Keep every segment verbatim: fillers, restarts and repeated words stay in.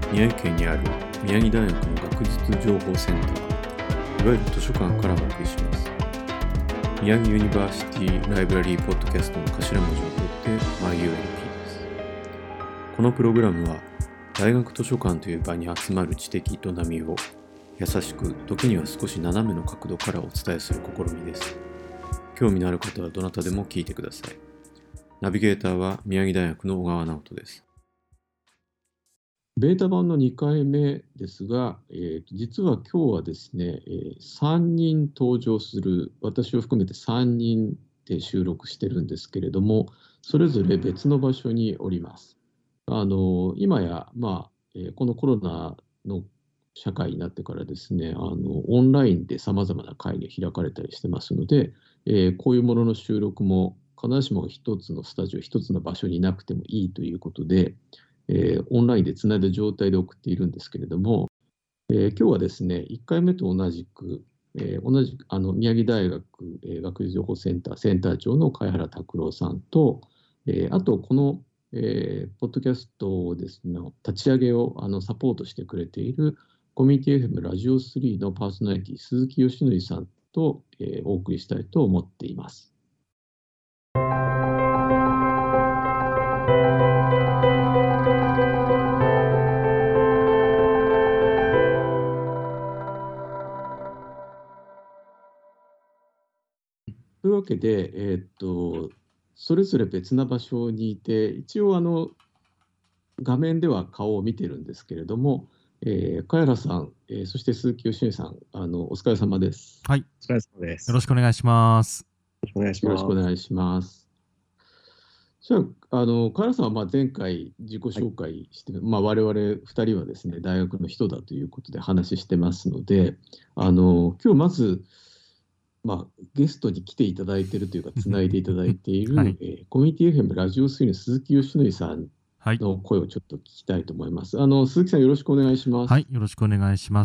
宮城県にある宮城大学の学術情報センター、いわゆる図書館からお送りします。宮城ユニバーシティライブラリーポッドキャストの頭文字を取って マイユーエルピー です。このプログラムは大学図書館という場に集まる知的営みを優しく、時には少し斜めの角度からお伝えする試みです。興味のある方はどなたでも聞いてください。ナビゲーターは宮城大学の小川直人です。ベータ版のにかいめですが、えー、実は今日はですね、えー、さんにん登場する、私を含めてさんにんで収録してるんですけれども、それぞれ別の場所におります。あの今や、まあえー、このコロナの社会になってからですね、あのオンラインでさまざまな会議が開かれたりしてますので、えー、こういうものの収録も必ずしも一つのスタジオ、一つの場所になくてもいいということで、えー、オンラインでつないだ状態で送っているんですけれども、えー、今日はですね、いっかいめと同じく、えー、同じあの宮城大学、えー、学術情報センターセンター長の貝原拓郎さんと、えー、あとこの、えー、ポッドキャストをですね、立ち上げをあのサポートしてくれているコミュニティ エフエム ラジオスリーのパーソナリティ鈴木義則さんと、えー、お送りしたいと思っています。というわけで、えーっと、それぞれ別な場所にいて、一応あの画面では顔を見てるんですけれども、えー、貝原さん、えー、そして鈴木義則さん、あのお疲れ様です。 はい、 お疲れ様です。 よろしくお願いします。 よろしくお願いしよろます。 しくお願いします。じゃあ、あの貝原さんはまあ前回自己紹介して、はい、まあ、我々ふたりはですね、大学の人だということで話してますので、あの今日まず、まあ、ゲストに来ていただいているというか、つないでいただいている、はい、えー、コミュニティ エフエム ラジオスリーの鈴木義則さんの声をちょっと聞きたいと思います。はい、あの鈴木さん、よろしくお願いします。 はい、よろしくお願いします。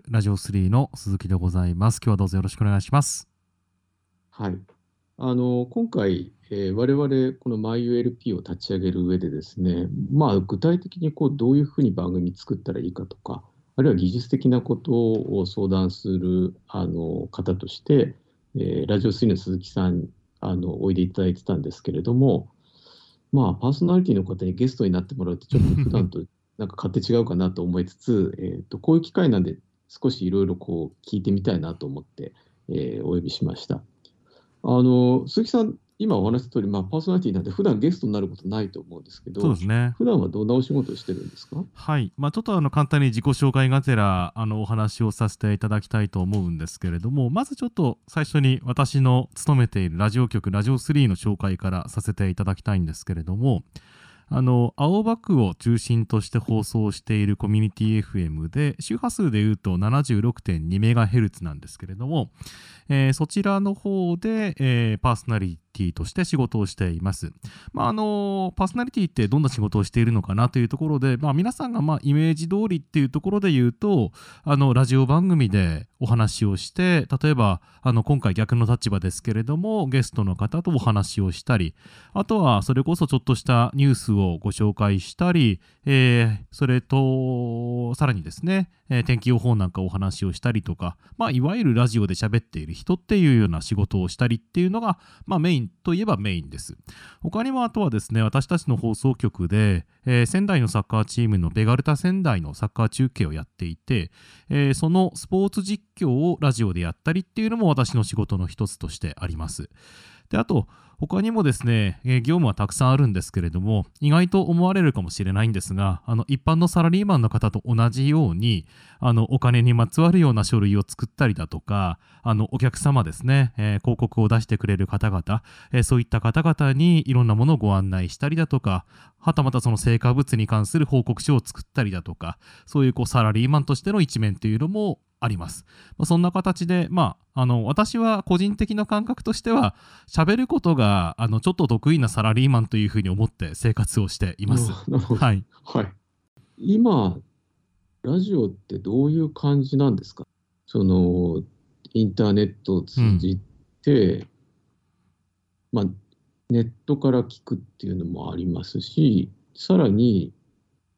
ラジオスリーの鈴木でございます。今日はどうぞよろしくお願いします。 はい。あの今回、えー、我々この マイユーエルピー を立ち上げる上でですね、まあ、具体的にこうどういうふうに番組作ったらいいかとか、あるいは技術的なことを相談するあの方として、えー、ラジオスリーの鈴木さんあのおいでいただいてたんですけれども、まあ、パーソナリティの方にゲストになってもらうとちょっと普段となんか勝手違うかなと思いつつ、えーとこういう機会なんで少しいろいろこう聞いてみたいなと思って、えー、お呼びしました。あの鈴木さん、今お話した通り、まあ、パーソナリティなんて普段ゲストになることないと思うんですけど、 そうですね。 普段はどんなお仕事をしてるんですか？ はい、まあ、ちょっとあの簡単に自己紹介がてらあのお話をさせていただきたいと思うんですけれども、まずちょっと最初に私の勤めているラジオ局ラジオスリーの紹介からさせていただきたいんですけれども、あの青葉区を中心として放送しているコミュニティ エフエム で周波数でいうと ななじゅうろくてんにメガヘルツ なんですけれども、えー、そちらの方で、えー、パーソナリティとして仕事をしています。まああのパーソナリティってどんな仕事をしているのかなというところで、まあ、皆さんがまあイメージ通りっていうところで言うと、あのラジオ番組でお話をして、例えばあの今回逆の立場ですけれどもゲストの方とお話をしたり、あとはそれこそちょっとしたニュースをご紹介したり、えー、それとさらにですね、えー、天気予報なんかお話をしたりとか、まあ、いわゆるラジオで喋っている人っていうような仕事をしたりっていうのが、まあ、メインといえばメインです。他にもあとはですね、私たちの放送局で、えー、仙台のサッカーチームのベガルタ仙台のサッカー中継をやっていて、えー、そのスポーツ実況をラジオでやったりっていうのも私の仕事の一つとしてあります。で、あと他にもですね、えー、業務はたくさんあるんですけれども、意外と思われるかもしれないんですが、あの一般のサラリーマンの方と同じように、あのお金にまつわるような書類を作ったりだとか、あのお客様ですね、えー、広告を出してくれる方々、えー、そういった方々にいろんなものをご案内したりだとか、はたまたその成果物に関する報告書を作ったりだとか、そういうこうサラリーマンとしての一面というのもあります。まあ、そんな形で、まあ、あの私は個人的な感覚としては喋ることがあのちょっと得意なサラリーマンというふうに思って生活をしています。はい、 はい、今ラジオってどういう感じなんですか？そのインターネットを通じて、うん、まあ、ネットから聞くっていうのもありますし、さらに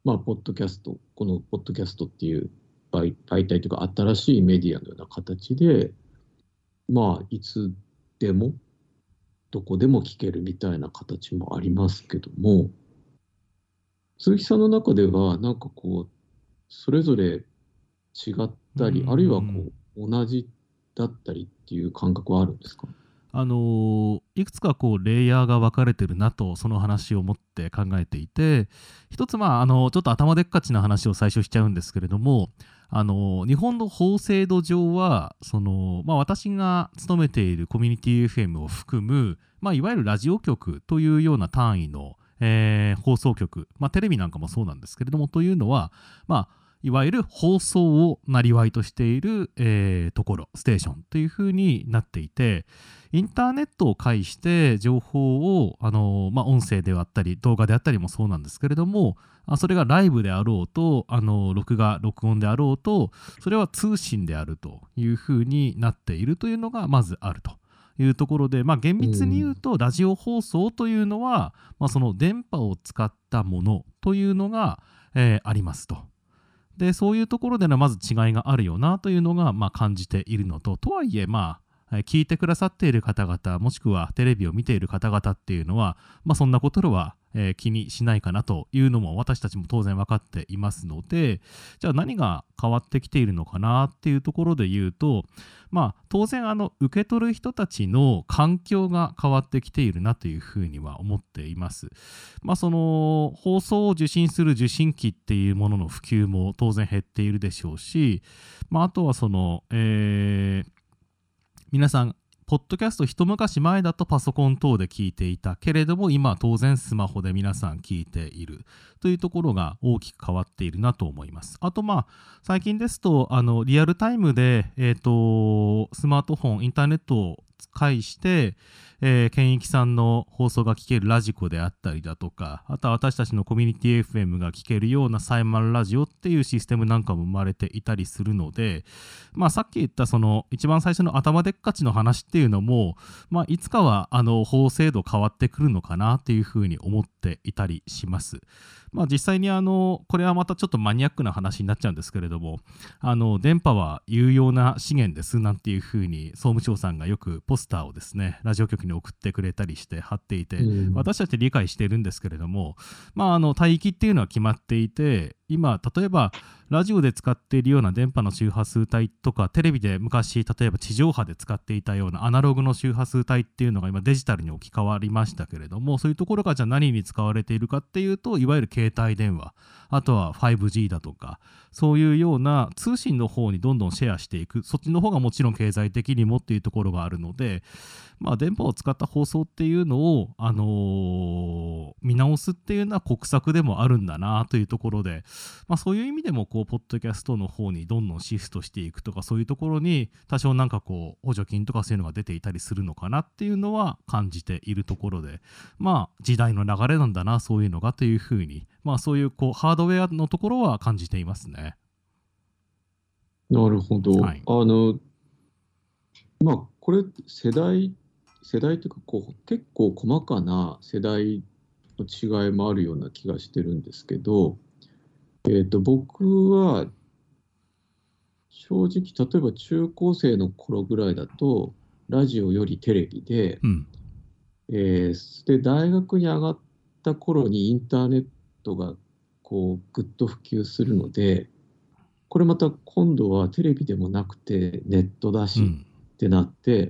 まあ、ポッドキャスト、このポッドキャストっていう媒、媒体というか、新しいメディアのような形で、まあ、いつでも、どこでも聞けるみたいな形もありますけども、鈴木さんの中では、なんかこう、それぞれ違っうたり、あるいはこんう、同じだったりっていう感覚はあるんですか？ あのーいくつかこうレイヤーが分かれてるなとその話を持って考えていて、一つまああのちょっと頭でっかちな話を最初しちゃうんですけれども、あのー日本の法制度上はその、まあ、私が勤めているコミュニティ エフエム を含む、まあ、いわゆるラジオ局というような単位の、えー放送局、まあ、テレビなんかもそうなんですけれども、というのは、まあいわゆる放送をなりわいとしている、えーところ、ステーションというふうになっていて、インターネットを介して情報を、あのまあ、音声であったり動画であったりもそうなんですけれども、あそれがライブであろうと、あの録画録音であろうと、それは通信であるというふうになっているというのがまずあるというところで、まあ、厳密に言うとラジオ放送というのは、まあ、その電波を使ったものというのが、えーありますと。でそういうところでのまず違いがあるよなというのが、まあ、感じているのと、とはいえまあ聞いてくださっている方々、もしくはテレビを見ている方々っていうのは、まあ、そんなことは、えー気にしないかなというのも私たちも当然分かっていますので、じゃあ何が変わってきているのかなっていうところで言うと、まあ当然あの受け取る人たちの環境が変わってきているなというふうには思っています。まあその放送を受信する受信機っていうものの普及も当然減っているでしょうし、まあ、あとはその、えー皆さんポッドキャスト一昔前だとパソコン等で聞いていたけれども、今は当然スマホで皆さん聞いているというところが大きく変わっているなと思います。あとまあ最近ですとあのリアルタイムで、えーとスマートフォンインターネットを介して、えー、ケンイキさんの放送が聞けるラジコであったりだとか、あとは私たちのコミュニティ エフエム が聞けるようなサイマルラジオっていうシステムなんかも生まれていたりするので、まあ、さっき言ったその一番最初の頭でっかちの話っていうのも、まあ、いつかはあの法制度変わってくるのかなっていうふうに思っていたりします。まあ、実際にあのこれはまたちょっとマニアックな話になっちゃうんですけれども、あの電波は有用な資源ですなんていうふうに総務省さんがよくポスターをですねラジオ局に送ってくれたりして貼っていて、 うん私たち理解しているんですけれども、まあ、あの帯域っていうのは決まっていて、今例えばラジオで使っているような電波の周波数帯とか、テレビで昔例えば地上波で使っていたようなアナログの周波数帯っていうのが今デジタルに置き換わりましたけれども、そういうところがじゃあ何に使われているかっていうと、いわゆる携帯電話、あとは ファイブジー だとか、そういうような通信の方にどんどんシェアしていく、そっちの方がもちろん経済的にもっていうところがあるので、まあ、電波を使った放送っていうのを、あのー見直すっていうのは国策でもあるんだなというところで、まあ、そういう意味でもこうポッドキャストの方にどんどんシフトしていくとか、そういうところに多少なんかこう補助金とかそういうのが出ていたりするのかなっていうのは感じているところで、まあ時代の流れなんだなそういうのがというふうに、まあそういうこうハードウェアのところは感じていますね。 なるほど。 はい。 あの、まあ、これ、世代、世代というかこう、結構細かな世代の違いもあるような気がしてるんですけど、えーと、僕は正直、例えば中高生の頃ぐらいだと、ラジオよりテレビで、 うん。 えーで、大学に上がった頃にインターネットがこうぐっと普及するので、これまた今度はテレビでもなくてネットだしうんってなって、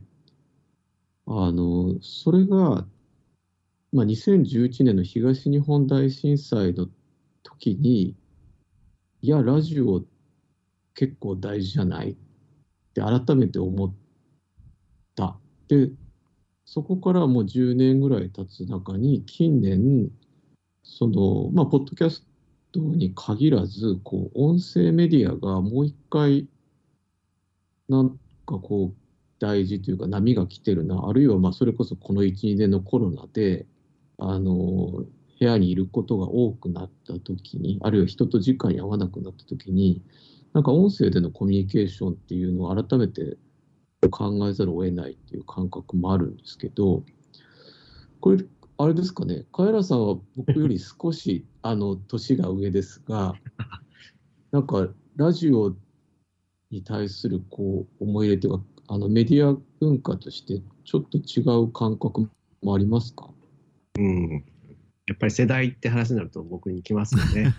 あの、それが、まあ、にせんじゅういちねんの東日本大震災の時に、いや、ラジオ結構大事じゃないって改めて思った。で、そこからもうじゅうねんぐらい経つ中に、近年、その、まあ、ポッドキャストに限らず、こう、音声メディアがもう一回、なんかこう、大事というか波が来てるな、あるいはまあそれこそこのいち、にねんのコロナで、あの、部屋にいることが多くなった時に、あるいは人と直に会わなくなった時に、なんか音声でのコミュニケーションっていうのを改めて考えざるを得ないっていう感覚もあるんですけど、これ、 あれですかね、カエラさんは僕より少しあの年が上ですが、なんかラジオに対するこう思い入れというか、あのメディア文化としてちょっと違う感覚もありますか？ うん。やっぱり世代って話になると僕に来ますよね。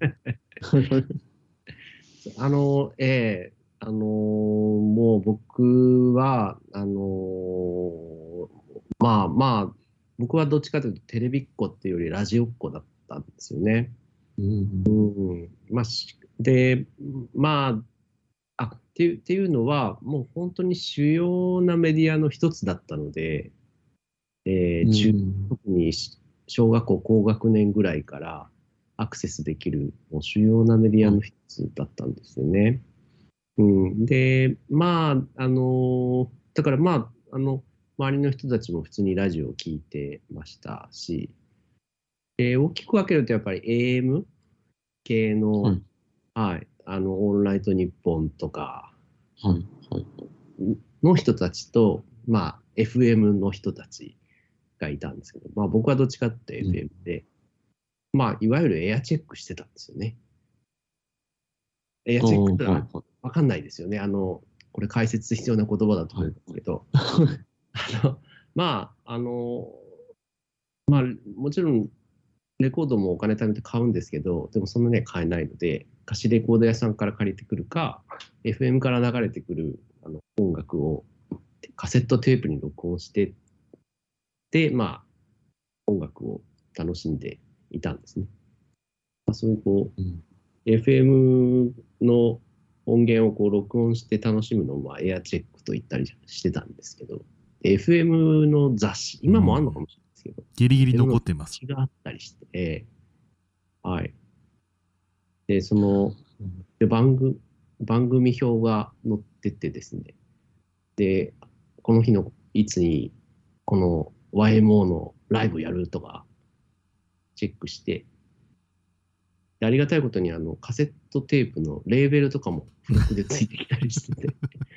あの、ええあのもう僕は、あのまあまあ、僕はどっちかというとテレビっ子っていうよりラジオっ子だったんですよね。 うん、 うん。まあ、しで、まあ、あ、っていう、っていうのは、もう本当に主要なメディアの一つだったので、えうー中ん、 特にし小学校高学年ぐらいからアクセスできるもう主要なメディアの一つだったんですよね。うん、で、まあ、あのだからまあ、あの、周りの人たちも普通にラジオを聞いてましたし、で大きく分けるとやっぱり エーエム 系の、 はい、 はい、あの、オールナイトニッポンとかはい、はい。 の人たちと、まあ、エフエム の人たちがいたんですけど、まあ僕はどっちかってうん、 エフエム で、まあ、いわゆるエアチェックしてたんですよね。エアああ、 チェックってのははい、はい。 わかんないですよね。あの、これ解説必要な言葉だと思うんですけど、あの、まあ、あの、まあ、もちろんレコードもお金貯めて買うんですけど、でもそんなね、買えないので、貸しレコード屋さんから借りてくるか、エフエム から流れてくるあの音楽をカセットテープに録音して、で、まあ、音楽を楽しんでいたんですね。まあ、そういうこう、 うん、 エフエム の音源をこう録音して楽しむのをまあエアチェックと言ったりしてたんですけど、エフエム の雑誌、今もあるのかもしれないですけど、 ギリギリエフエム の雑残ってます。 誌があったりして、はい。で、その、で番組、番組表が載っててですね、で、この日のいつに、この ワイエムオー のライブやるとか、チェックして、でありがたいことにあのカセットテープのレーベルとかも付録でついてきたりしてて、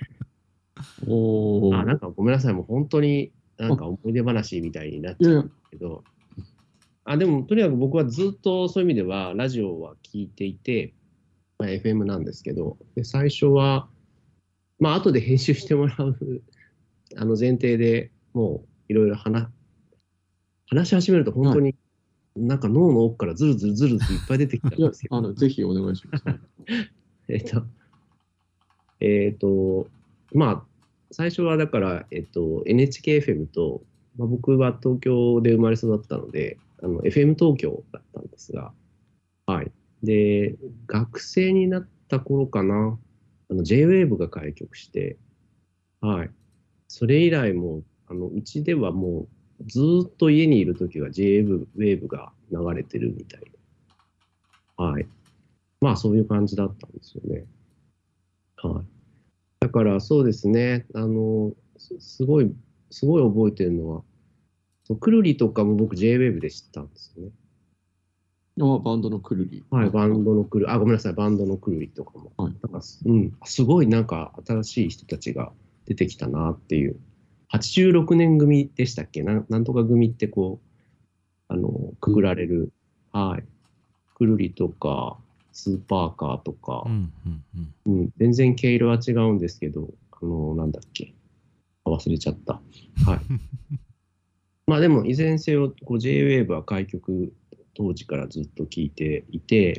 おあ、なんー、 かごめんなさい、もう本当になんかあ、 思い出話みたいになっいやいや、 ちゃうんですけど、あ、でもとにかく僕はずっとそういう意味ではラジオは聞いていて、まあ、エフエム なんですけど、で最初は、まあ後で編集してもらうあの前提でもういろいろ話話し始めると本はい。 当になんか脳の奥からずるずるずるずるいっぱい出てきたいや、 んですけど、 あの、ぜひお願いします。はい。 えっと、えっと、まあ、最初はだから、えっと、エヌエイチケーエフエム と、まあ、僕は東京で生まれ育ったので、あの エフエム 東京だったんですが、はい。で、学生になった頃かな、あの ジェイウェーブ が開局して、はい。それ以来もう、あのうちではもう、ずーっと家にいるときは ジェイウェーブ が流れてるみたいで、はい。まあ、そういう感じだったんですよね。はい。だからそうですね、あの、すすごい、すごい覚えてるのは、そうくるりとかも僕 ジェイウェーブ で知ったんですよね。 あ、バンドのくるり。 はい、 はい、 バはい、 ンドのくる、あ、ごめんなさい、バンドのくるりとかも。 はい。 なんかす、うん、すごいなんか新しい人たちが出てきたなっていう。はちじゅうろくねん組でしたっけなん、なんとか組ってこう、あの、くくられる。はい。くるりとか、スーパーカーとか、 うんうんうん。 うん、全然毛色は違うんですけど、あの、なんだっけ。忘れちゃった。はい。まあでも、いずれにせよ、こう ジェイウェーブ は開局当時からずっと聞いていて、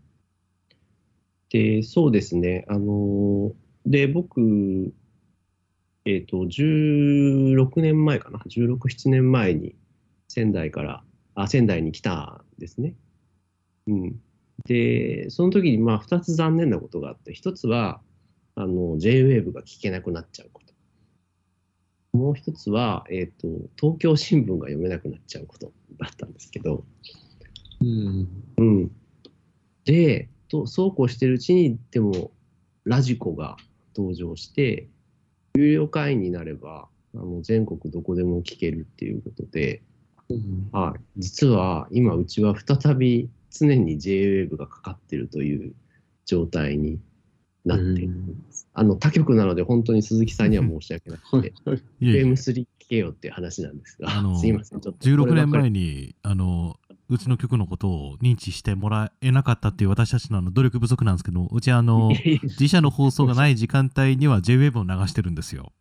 で、そうですね、あので、僕、えっと、じゅうろくねんまえかな、じゅうろく、ななねんまえに仙台から、あ、仙台に来たんですね。うん。で、その時に、まあ、ふたつ残念なことがあって、ひとつは、あの、ジェイウェーブ が聞けなくなっちゃうこと。もう一つは、えっと、東京新聞が読めなくなっちゃうことだったんですけど、 うん。 うん。で、とそうこうしてるうちに、でも、ラジコが登場して、有料会員になれば、あの全国どこでも聞けるっていうことで、 うん、 はい、実は今、うちは再び常に ジェイウェーブ がかかってるという状態になっています。あの他局なので本当に鈴木さんには申し訳なくて、 はいはい。 いえいえエフエムスリー 聞けよっていう話なんですが、 あのすいません、ちょっとじゅうろくねんまえに。 にあのうちの局のことを認知してもらえなかったっていう私たちのあの努力不足なんですけど、うちあのいえいえ自社の放送がない時間帯には ジェイウェーブ を流してるんですよ。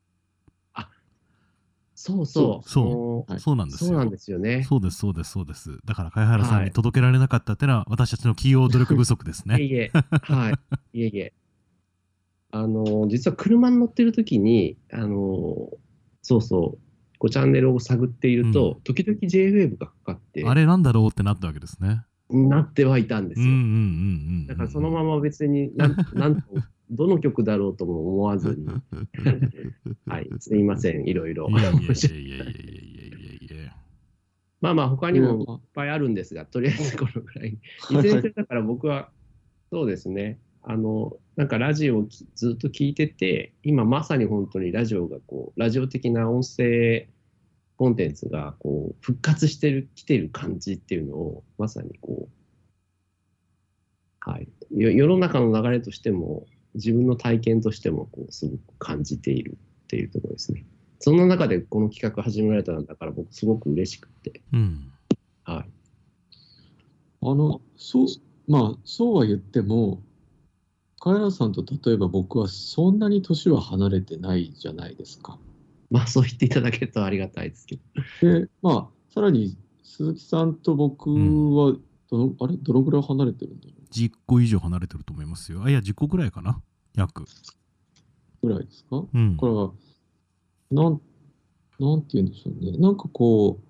そうそう、 そうもうはいそうなんですよ。 そうなんですよね。 そうですそうですそうです。だから貝原さんはいに届けられなかったっていうのは私たちの企業努力不足ですね。 いえいえ、はい、いえいえ。あの、実は車に乗ってる時に、あの、そうそう、こうチャンネルを探っていると、 うん時々 ジェイウェーブ がかかってあれなんだろうってなったわけですね。 なってはいたんですよ。 うんうんうんうんうん。 だからそのまま別になん、なんと、どの曲だろうとも思わずに、はい、すいません、いろいろ。 いやいやいやいやいやいやいやいや。 まあまあ、他にもいっいやぱいあるんですが、とりあえずこのぐらいに。いはいずれにせよだから僕は、そうですね、あの、なんかラジオをきずっと聞いてて、今まさに本当にラジオがこう、ラジオ的な音声コンテンツがこう復活してる、来てる感じっていうのを、まさにこう、はい、よ世の中の流れとしても、自分の体験としてもこうすごく感じているっていうところですね。そんな中でこの企画始められたんだから、僕すごく嬉しくて、 うん。 はい。 あの、そう、まあ、そうは言っても、カエラさんと例えば僕はそんなに年は離れてないじゃないですか。 まあそう言っていただけるとありがたいですけど。 で、まあ、さらに鈴木さんと僕はどの、あれ、どのぐらい離れてるんだろじゅっこ以上離れてると思いますよ。あ、いや、じゅっこぐらいかな約。 うぐらいですか。 うん。 これは、なん、なんて言うんでしょうね。なんかこう、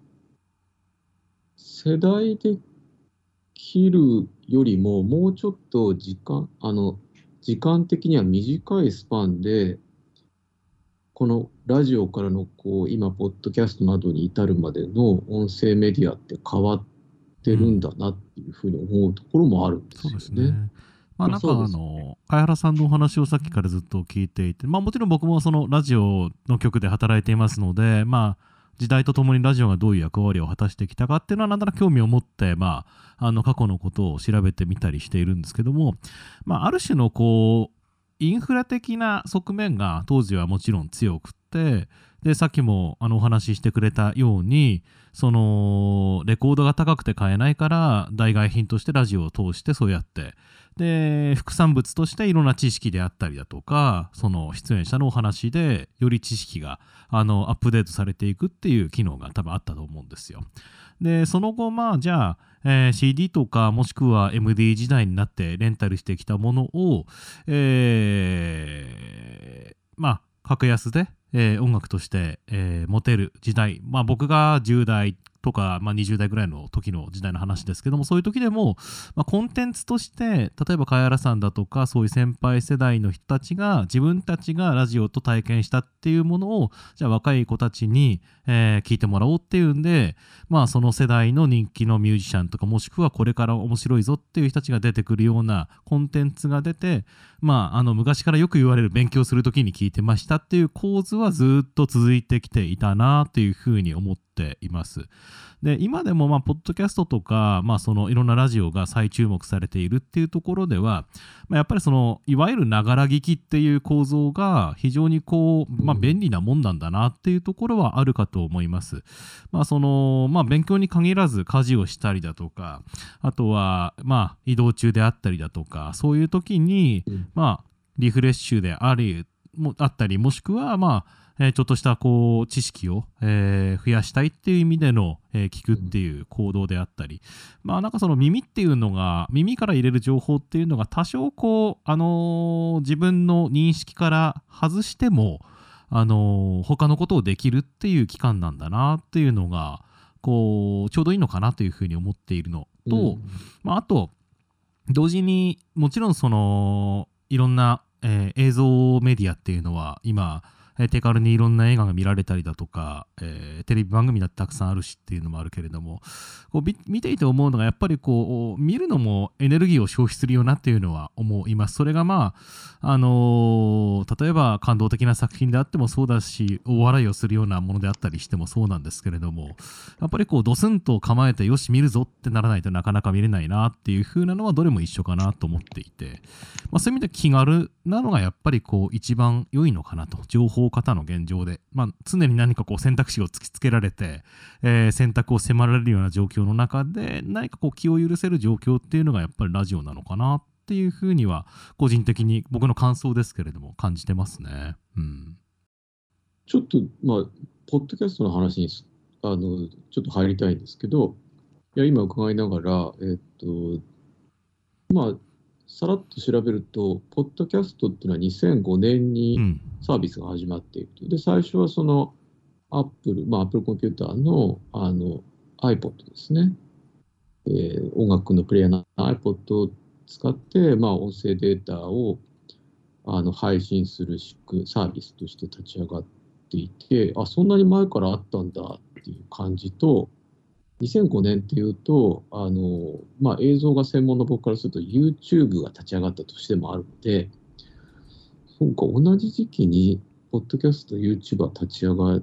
世代で切るよりも、もうちょっと時間、あの、時間的には短いスパンで、このラジオからのこう今、ポッドキャストなどに至るまでの音声メディアって変わってるんだなっていうふうに思うところもあるんですそうよですね。 ね。 まあなんかあそうですの、貝原さんのお話をさっきからずっと聞いていて、まあもちろん僕もそのラジオの局で働いていますので、まあ時代とともにラジオがどういう役割を果たしてきたかっていうのはなんとなく興味を持って、まあ、あの過去のことを調べてみたりしているんですけども、まあある種のこう、インフラ的な側面が当時はもちろん強くって、でさっきもあのお話ししてくれたようにそのレコードが高くて買えないから代替品としてラジオを通してそうやってで副産物としていろんな知識であったりだとかその出演者のお話でより知識があのアップデートされていくっていう機能が多分あったと思うんですよ。でその後まあじゃあ、えー、シーディー とかもしくは エムディー 時代になってレンタルしてきたものを、えー、まあ格安で、えー、音楽として、えー、持てる時代、まあ、僕がじゅう代とか、まあ、にじゅう代ぐらいの時の時代の話ですけどもそういう時でも、まあ、コンテンツとして例えば茅原さんだとかそういう先輩世代の人たちが自分たちがラジオと体験したっていうものをじゃあ若い子たちに、えー、聞いてもらおうっていうんで、まあ、その世代の人気のミュージシャンとかもしくはこれから面白いぞっていう人たちが出てくるようなコンテンツが出て、まあ、あの昔からよく言われる勉強する時に聞いてましたっていう構図はずっと続いてきていたなっていうふうに思っています。で今でもまあポッドキャストとか、まあ、そのいろんなラジオが再注目されているっていうところでは、まあ、やっぱりそのいわゆるながら聞きっていう構造が非常にこう、まあ、便利なもんなんだなっていうところはあるかと思います。まあそのまあ、勉強に限らず家事をしたりだとかあとはまあ移動中であったりだとかそういう時に、まあ、リフレッシュでありもあったりもしくはまあえー、ちょっとしたこう知識を、えー、増やしたいっていう意味での、えー、聞くっていう行動であったり、まあなんかその耳っていうのが耳から入れる情報っていうのが多少こう、あのー、自分の認識から外しても、あのー、他のことをできるっていう期間なんだなっていうのがこうちょうどいいのかなというふうに思っているのと、うん、まあ、あと同時にもちろんそのいろんな、えー、映像メディアっていうのは今手軽にいろんな映画が見られたりだとか、えー、テレビ番組だってたくさんあるしっていうのもあるけれどもこう見ていて思うのがやっぱりこう見るのもエネルギーを消費するよなっていうのは思います。それがまあ、あのー、例えば感動的な作品であってもそうだし大笑いをするようなものであったりしてもそうなんですけれどもやっぱりこうドスンと構えてよし見るぞってならないとなかなか見れないなっていう風なのはどれも一緒かなと思っていて、 まあ、そういう意味で気軽なのがやっぱりこう一番良いのかなと、情報過多の現状で、まあ、常に何かこう選択肢を突きつけられて、えー選択を迫られるような状況の中で何かこう気を許せる状況っていうのがやっぱりラジオなのかなっていうふうには個人的に僕の感想ですけれども感じてますね。うん、 ちょっと、まあ、ポッドキャストの話にすあのちょっと入りたいんですけど、いや今伺いながら、えっと、まあ、さらっと調べると、ポッドキャストっていうのはにせんごねんうにん、 サービスが始まっていると。で、最初はそのアップル、まあ、アップルコンピューターのあの iPod ですね、えー音楽のプレイヤーの iPod を使って、まあ、音声データをあの配信する仕組サービスとして立ち上がっていて、あ、そんなに前からあったんだっていう感じと、にせんごねんっていうと、あのまあ、映像が専門の僕からすると YouTube が立ち上がったとしてもあるので、そうか、同じ時期に、ポッドキャスト、YouTube が立ち上がって、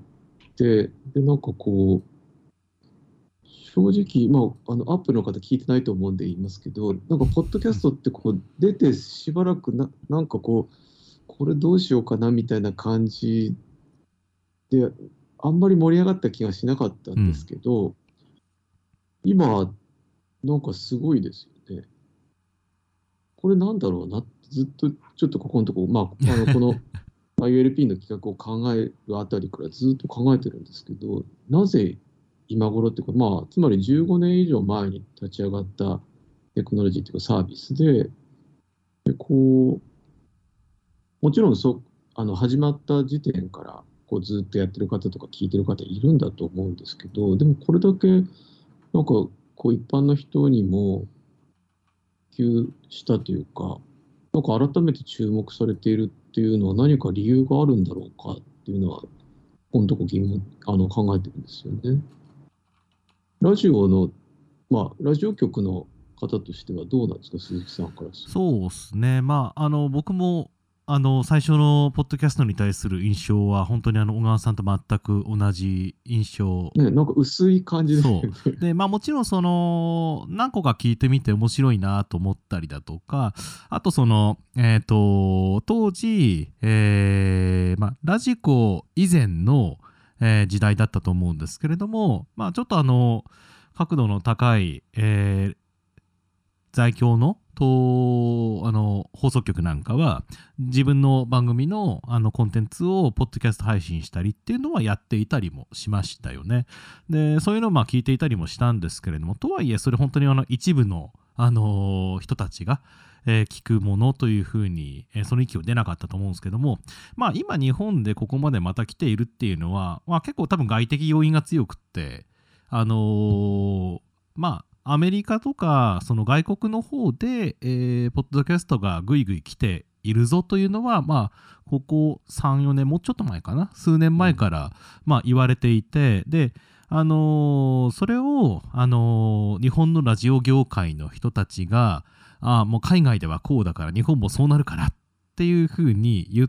で、なんかこう、正直、まあ、あの、アップルの方聞いてないと思うんで言いますけど、なんか、ポッドキャストってこう、出てしばらくな、なんかこう、これどうしようかなみたいな感じで、あんまり盛り上がった気がしなかったんですけど、今、なんかすごいですよね。これなんだろうなって、ずっとちょっとここのとこ、まあ、あのこの アイエルピー の企画を考えるあたりからずっと考えてるんですけど、なぜ今頃ってこと、まあ、つまりじゅうごねん以上前に立ち上がったテクノロジーというかサービスで、でこうもちろんそあの始まった時点からこうずっとやってる方とか聞いてる方いるんだと思うんですけど、でもこれだけなんかこう一般の人にも普及したというか、なんか改めて注目されているっていうのは何か理由があるんだろうかっていうのは、このとこ疑問あの考えてるんですよね。ラジオの、まあ、ラジオ局の方としてはどうなんですか、鈴木さんからするそうですね。まあ、あの、僕も、あの、最初のポッドキャストに対する印象は、本当にあの、小川さんと全く同じ印象。 と。ね、なんか薄い感じですよそね。 う。で、まあもちろんその、何個か聞いてみて面白いなと思ったりだとか、あとその、えっ、と、当時、えーまあラジコ以前の、えー時代だったと思うんですけれども、まあちょっとあの、角度の高い、えー在京のとあの放送局なんかは自分の番組のあのコンテンツをポッドキャスト配信したりっていうのはやっていたりもしましたよね。でそういうのをまあ聞いていたりもしたんですけれども、とはいえそれ本当にあの一部の、あのー人たちが、えー聞くものというふうに、えーその域を出なかったと思うんですけども、まあ今日本でここまでまた来ているっていうのは、まあ、結構多分外的要因が強くってあのーまあアメリカとかその外国の方で、えーポッドキャストがぐいぐい来ているぞというのは、まあ、ここさん、よねん、もうちょっと前かな、数年前から、まあ、言われていて、で、あのーそれを、あのー日本のラジオ業界の人たちが、あもう海外ではこうだから、日本もそうなるからっていうふうに言って、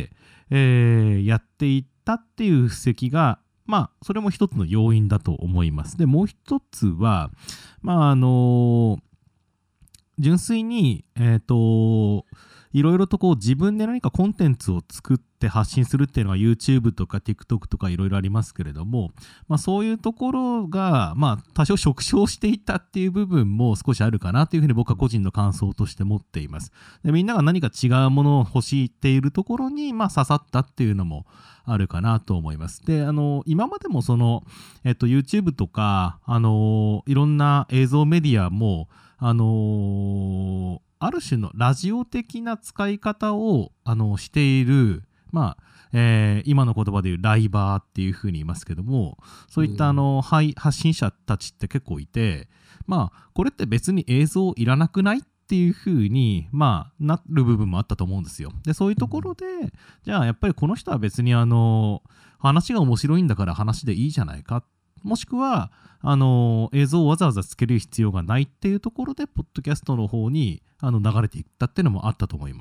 えーやっていったっていう布石が、まあ、それも一つの要因だと思います。で、もう一つは、まあ、あの純粋に、えっ、と、いろいろとこう自分で何かコンテンツを作って発信するっていうのは YouTube とか TikTok とかいろいろありますけれども、まあ、そういうところが、まあ、多少縮小していったっていう部分も少しあるかなというふうに僕は個人の感想として持っています。でみんなが何か違うものを欲しているところに、まあ、刺さったっていうのもあるかなと思います。で、あの、今までもその、えっと、YouTube とか、あの、いろんな映像メディアも、あのある種のラジオ的な使い方を、あのしている、まあえー今の言葉で言うライバーっていうふうに言いますけども、そういったあの、はい発信者たちって結構いて、まあこれって別に映像いらなくないっていうふうに、まあ、なる部分もあったと思うんですよ。でそういうところで、じゃあやっぱりこの人は別にあの話が面白いんだから話でいいじゃないか、もしくはあの映像をわざわざつける必要がないっていうところでポッドキャストの方にあの流れていったっていうのもあったと思います。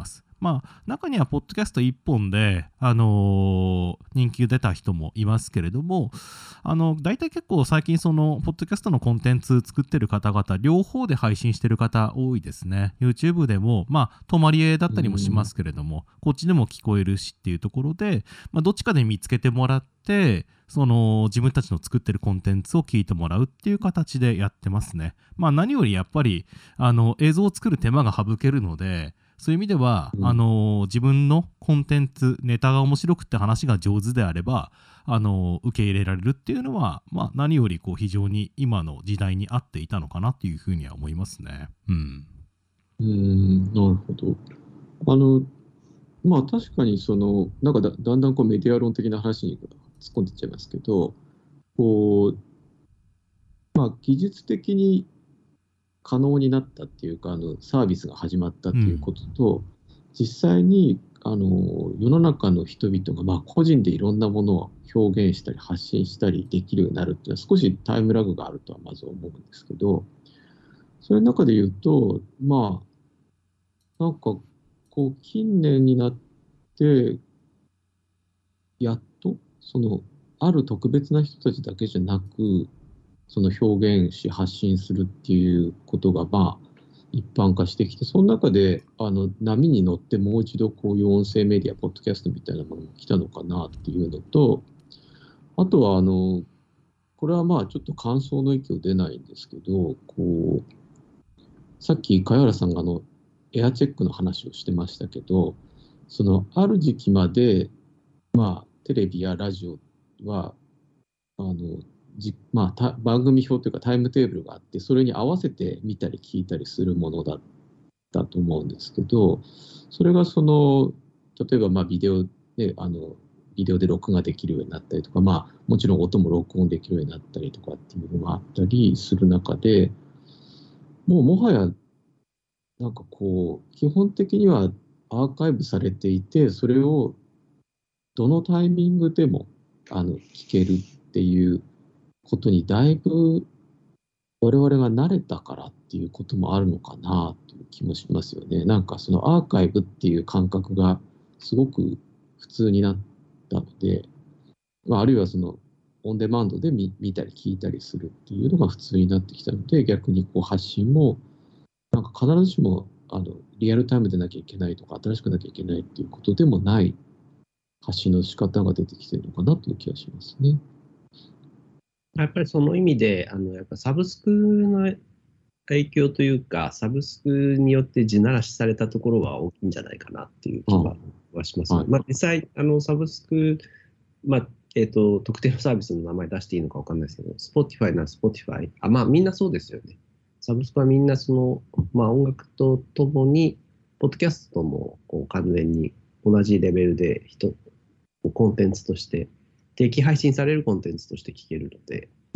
まあ、中にはポッドキャスト一本で、あのー人気出た人もいますけれども、あの大体結構最近そのポッドキャストのコンテンツ作ってる方々両方で配信してる方多いですね。 YouTube でもまあ泊まり絵だったりもしますけれども、こっちでも聞こえるしっていうところで、まあ、どっちかで見つけてもらってその自分たちの作ってるコンテンツを聞いてもらうっていう形でやってますね。まあ何よりやっぱりあの映像を作る手間が省けるので、そういう意味では、 うんあの自分のコンテンツネタが面白くて話が上手であれば、あの受け入れられるっていうのは、まあ、何よりこう非常に今の時代に合っていたのかなっていうふうには思いますね。うん、 うーん、なるほど。あの、まあ確かにその、なんかだ、だんだんこうメディア論的な話に突っ込んでいっちゃいますけど、こう、まあ技術的に可能になったっていうか、あのサービスが始まったっていうことと、実際にあの世の中の人々がまあ個人でいろんなものを表現したり発信したりできるようになるっていうのは少しタイムラグがあるとはまず思うんですけど、それの中で言うと、まあなんかこう近年になってやっとそのある特別な人たちだけじゃなく、その表現し発信するっていうことがまあ一般化してきて、その中であの波に乗ってもう一度こういう音声メディア、ポッドキャストみたいなものが来たのかなっていうのと、あとはあのこれはまあちょっと感想の域を出ないんですけど、こうさっき茅原さんがあのエアチェックの話をしてましたけど、そのある時期までまあテレビやラジオはあのじまあ、番組表というかタイムテーブルがあって、それに合わせて見たり聞いたりするものだったと思うんですけど、それがその例えばまあビデオであのビデオで録画できるようになったりとか、まあ、もちろん音も録音できるようになったりとかっていうのがあったりする中で、もうもはやなんかこう基本的にはアーカイブされていて、それをどのタイミングでもあの聞けるっていうことにだいぶ我々が慣れたからっていうこともあるのかなという気もしますよね。なんかそのアーカイブっていう感覚がすごく普通になったので、まあ、あるいはそのオンデマンドで 見, 見たり聞いたりするっていうのが普通になってきたので、逆にこう発信もなんか必ずしもあのリアルタイムでなきゃいけないとか新しくなきゃいけないっていうことでもない発信の仕方が出てきてるのかなという気がしますね。 やっぱりその意味で、あのやっぱサブスクの影響というか、サブスクによって地ならしされたところは大きいんじゃないかなっていう気はします。 はい、 まあ、実際、あのサブスク、まあえーと、特定のサービスの名前出していいのか分かんないですけど、Spotify なら Spotify、あ、まあみんなそうですよね。サブスクはみんなその、まあ音楽とともに、ポッドキャストもこう完全に同じレベルで人、コンテンツとして、定期配信されるコンテンツとして聞けるので、 うん、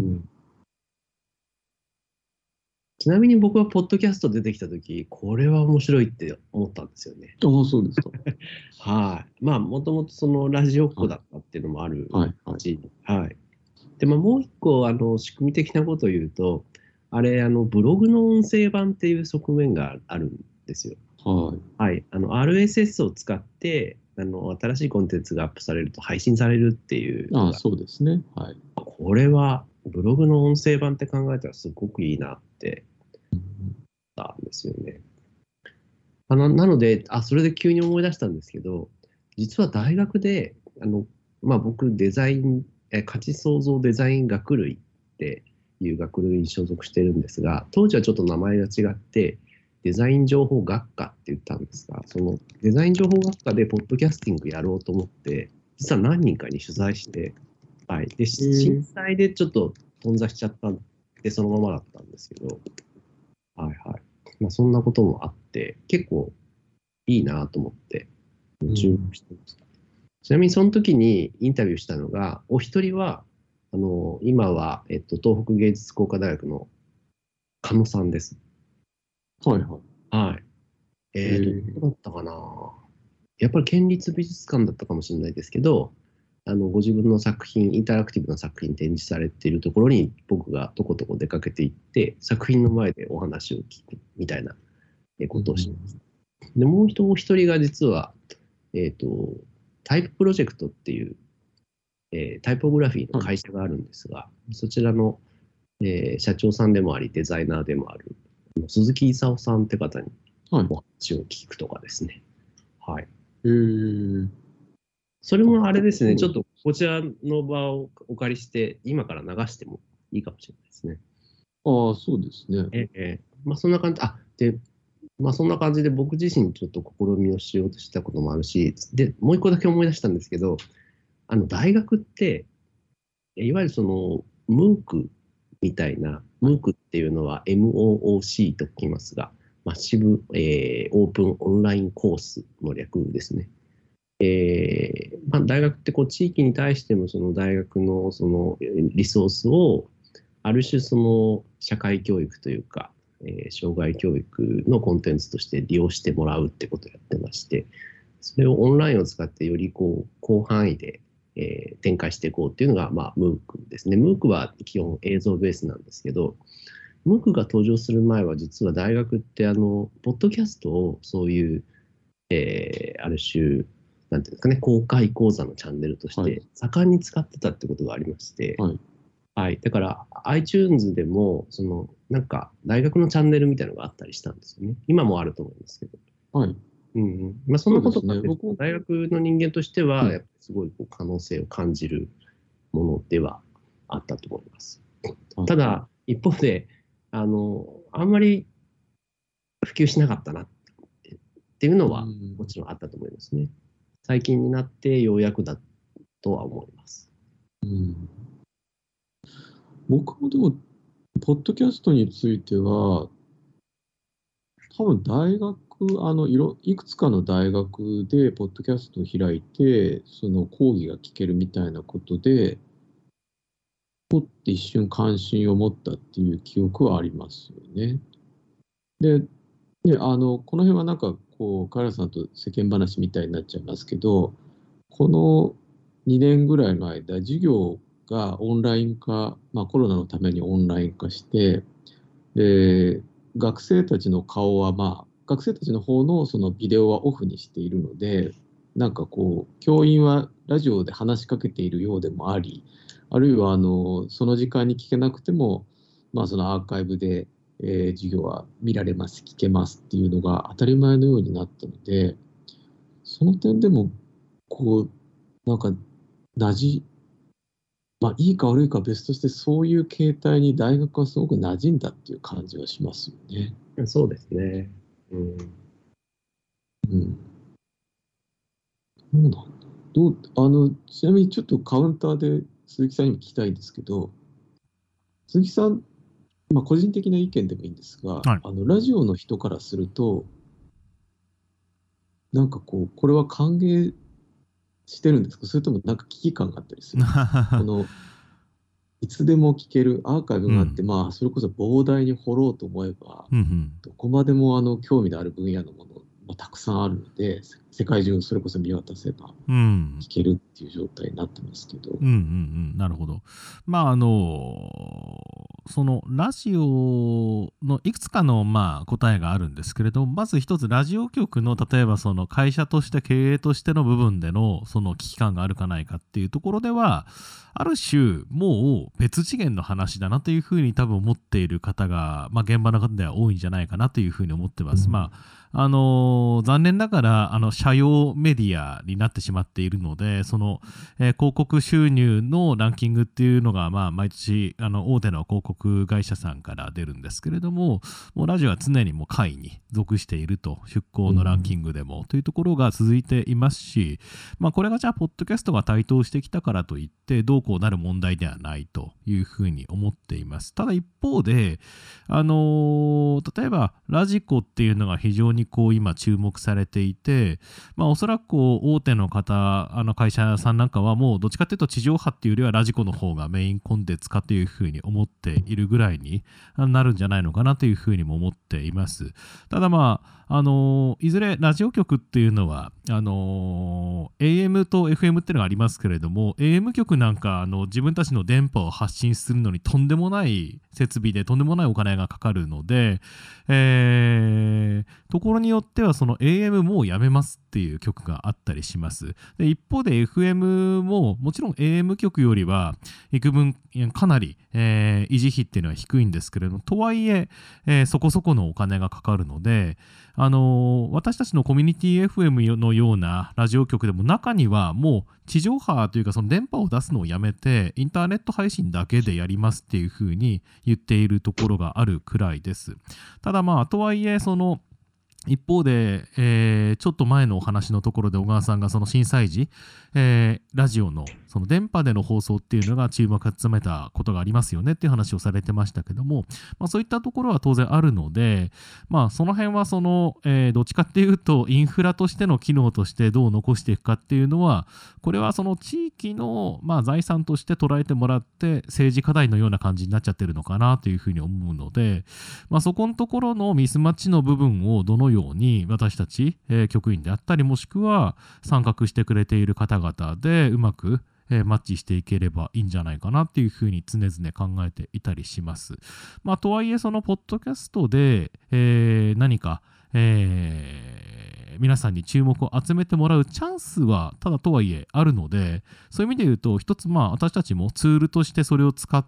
ちなみに僕はポッドキャスト出てきたとき、これは面白いって思ったんですよね。 ああ、そうですか。 はい。まあ、もともとそのラジオっ子だったっていうのもあるし、 はいはいはい。で、まあ、もう一個、あの、仕組み的なことを言うと、あれ、あの、ブログの音声版っていう側面があるんですよ。 はい。 はい。あの、アールエスエス を使って、あの、新しいコンテンツがアップされると配信されるっていうのが。 ああ、そうですね。はい。 これは、ブログの音声版って考えたらすごくいいなって思ったんですよね。あのなのであ、それで急に思い出したんですけど、実は大学で、あのまあ、僕、デザイン、え価値創造デザイン学類っていう学類に所属してるんですが、当時はちょっと名前が違って、デザイン情報学科って言ったんですが、そのデザイン情報学科でポッドキャスティングやろうと思って、実は何人かに取材して、はい、で震災でちょっと頓挫しちゃったんで、そのままだったんですけど、はいはい。まあ、そんなこともあって、結構いいなと思って注目してました。うん、ちなみにその時にインタビューしたのが、お一人は、あの今は、えっと、東北芸術工科大学の狩野さんです。 はいはい。 はい。えー、どうだったかな。やっぱり県立美術館だったかもしれないですけど、あのご自分の作品、インタラクティブな作品展示されているところに僕がとことこ出かけていって、作品の前でお話を聞くみたいなことをしています。 で、もう一人一人が実は、えっと、タイププロジェクトっていう、えータイポグラフィーの会社があるんですが、そちらの、えー社長さんでもあり、デザイナーでもある、鈴木勲さんって方にはい。 お話を聞くとかですね。はい。 へー。 それもあれですね、 そうちょっとこちらの場をお借りして、今から流してもいいかもしれないですね。 ああ、そうですね。 ええ、まあそんな感じ、あ、で、まあそんな感じで僕自身ちょっと試みをしようとしたこともあるし、で、もう一個だけ思い出したんですけど、あの大学って、いわゆるその ムーク みたいな、ムーク っていうのは エムオーオーシー と聞きますが、マッシブ、えーオープンオンラインコースの略ですね。えーまあ、大学ってこう地域に対してもその大学のそのリソースをある種その社会教育というか、えー障害教育のコンテンツとして利用してもらうってことをやってまして、それをオンラインを使ってよりこう広範囲で、えー展開していこうっていうのが、まあ、ムーク ですね。ムーク は基本映像ベースなんですけど、ムーク が登場する前は実は大学ってあの、ポッドキャストをそういう、えーある種、なんていうんですかね、公開講座のチャンネルとしはいて盛んに使ってたってことがありまして、 はい。 はい。だから、iTunes でも、その、なんか、大学のチャンネルみたいなのがあったりしたんですよね。今もあると思いますけど。 はい。 うんうん。まあ、そんなことがあって、 そうですね僕も大学の人間としては、 うんやっぱりすごいこう可能性を感じるものではあったと思います。 あただ、一方で、あの、あんまり普及しなかったなっていうのは、 うんもちろんあったと思いますね。最近になってようやくだとは思います。 うん僕もでも、ポッドキャストについては、多分大学、あの、いろ、いくつかの大学で、ポッドキャストを開いて、その講義が聞けるみたいなことで、ポッて一瞬関心を持ったっていう記憶はありますよね。で、で、あの、この辺はなんか、こう、カラさんと世間話みたいになっちゃいますけど、このにねんぐらいの間、授業がオンライン化、まあコロナのためにオンライン化して、で、学生たちの顔は、まあ、学生たちの方のそのビデオはオフにしているので、なんかこう、教員はラジオで話しかけているようでもあり、あるいはあのその時間に聞けなくても、まあ、そのアーカイブで、えー授業は見られます、聞けますっていうのが当たり前のようになったので、その点でも、こう、なんか、なじ、まあ、いいか悪いかは別として、そういう形態に大学はすごく馴染んだっていう感じはしますよね。 そうですね。うん。 うん。そうなんだ。どう、あの、ちなみにちょっとカウンターで鈴木さんにも聞きたいんですけど、鈴木さん、まあ、個人的な意見でもいいんですが、 はいあの、ラジオの人からすると、なんかこう、これは歓迎してるんですか、それともなんか危機感があったりするんですか。この、いつでも聞けるアーカイブがあって、 うんまあ、それこそ膨大に掘ろうと思えば、 うんうんどこまでもあの興味のある分野のものがたくさんあるので、世界中それこそ見渡せばうん聞けるっていう状態になってますけど、 うんうんうんなるほど。まああのそのラジオのいくつかのまあ答えがあるんですけれども、まず一つラジオ局の例えばその会社として経営としての部分でのその危機感があるかないかっていうところでは、ある種もう別次元の話だなというふうに多分思っている方が、まあ、現場の方では多いんじゃないかなというふうに思ってます。 うんまああの残念ながらあの社用メディアになってしまっているので、その、えー広告収入のランキングっていうのが、まあ、毎年あの大手の広告会社さんから出るんですけれども、もうラジオは常にもう下位に属していると、出向のランキングでも、というところが続いていますし、まあ、これがじゃあポッドキャストが台頭してきたからといってどうこうなる問題ではないというふうに思っています。ただ一方で、あのー例えばラジコっていうのが非常にこう今注目されていて、まあ、おそらくこう大手の方、あの会社さんなんかはもうどっちかっていうと地上波っていうよりはラジコの方がメインコンテンツかというふうに思っているぐらいになるんじゃないのかなというふうにも思っています。ただまああのーいずれラジオ局っていうのはあのーエーエム と エフエム っていうのがありますけれども、 エーエム 局なんかあの自分たちの電波を発信するのにとんでもない設備でとんでもないお金がかかるので、えーとこころによってはその エーエム もうやめますっていう局があったりします。で一方で エフエム ももちろん エーエム 局よりは幾分かなり、えー維持費っていうのは低いんですけれども、とはいええーそこそこのお金がかかるので、あのー私たちのコミュニティ エフエム のようなラジオ局でも中にはもう地上波というかその電波を出すのをやめてインターネット配信だけでやりますっていうふうに言っているところがあるくらいです。ただまあとはいえその一方で、えーちょっと前のお話のところで小川さんがその震災時、えーラジオのその電波での放送っていうのが注目を集めたことがありますよねっていう話をされてましたけども、まあ、そういったところは当然あるので、まあ、その辺はその、えーどっちかっていうとインフラとしての機能としてどう残していくかっていうのは、これはその地域の、まあ、財産として捉えてもらって政治課題のような感じになっちゃってるのかなというふうに思うので、まあ、そこのところのミスマッチの部分をどのように私たち、えー局員であったりもしくは参画してくれている方々でうまく、えーマッチしていければいいんじゃないかなっていうふうに常々考えていたりします。まあ、とはいえそのポッドキャストで、えー何か、えー皆さんに注目を集めてもらうチャンスはただとはいえあるので、そういう意味で言うと一つまあ私たちもツールとしてそれを使って、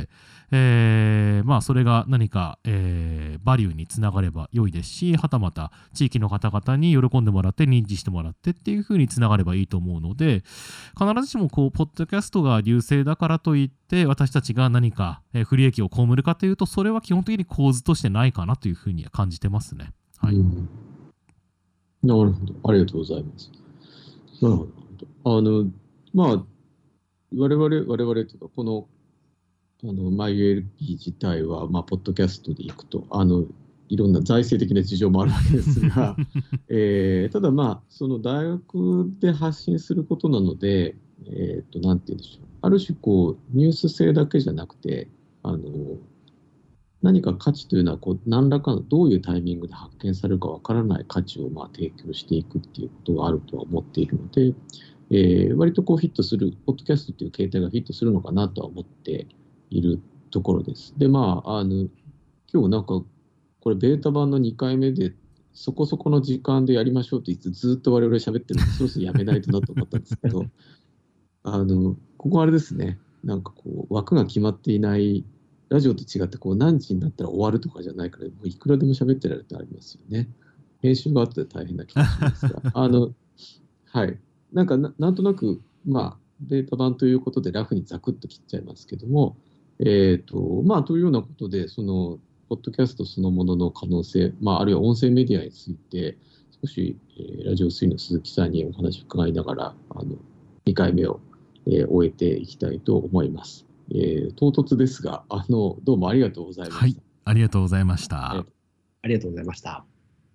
えーまあそれが何か、えーバリューにつながれば良いですし、はたまた地域の方々に喜んでもらって認知してもらってっていう風につながればいいと思うので、必ずしもこうポッドキャストが優勢だからといって私たちが何か、えー不利益を被るかというと、それは基本的に構図としてないかなという風に感じてますね。はい。 うん、なるほど。ありがとうございます。なるほど。あの、まあ、我々、我々というか、この、あの、マイ ユーエルピー 自体は、まあ、ポッドキャストでいくと、あの、いろんな財政的な事情もあるわけですが、えーただまあ、その大学で発信することなので、えっと、なんて言うんでしょう。ある種、こう、ニュース性だけじゃなくて、あの、何か価値というのはこう何らかのどういうタイミングで発見されるかわからない価値をまあ提供していくっていうことがあるとは思っているので、えー割とこうフィットする、ポッドキャストっていう形態がフィットするのかなとは思っているところです。で、まあ、あの今日なんかこれベータ版のにかいめでそこそこの時間でやりましょうと言ってずっと我々喋ってるので、そろそろやめないとなと思ったんですけど、あのここあれですね、なんかこう枠が決まっていない。ラジオと違ってこう何時になったら終わるとかじゃないから、もういくらでも喋ってられるってありますよね。編集があって大変な気がしますが、あの、はい。なんかな、なんとなく、まあ、ベータ版ということでラフにザクッと切っちゃいますけども、えっと、まあ、というようなことで、その、ポッドキャストそのものの可能性、まあ、あるいは音声メディアについて、少し、えーラジオスリーの鈴木さんにお話を伺いながら、あの、にかいめを、えー終えていきたいと思います。えー唐突ですが、あの、どうもありがとうございまはい、 した。 ありがとうございましえたー。 ありがとうございました。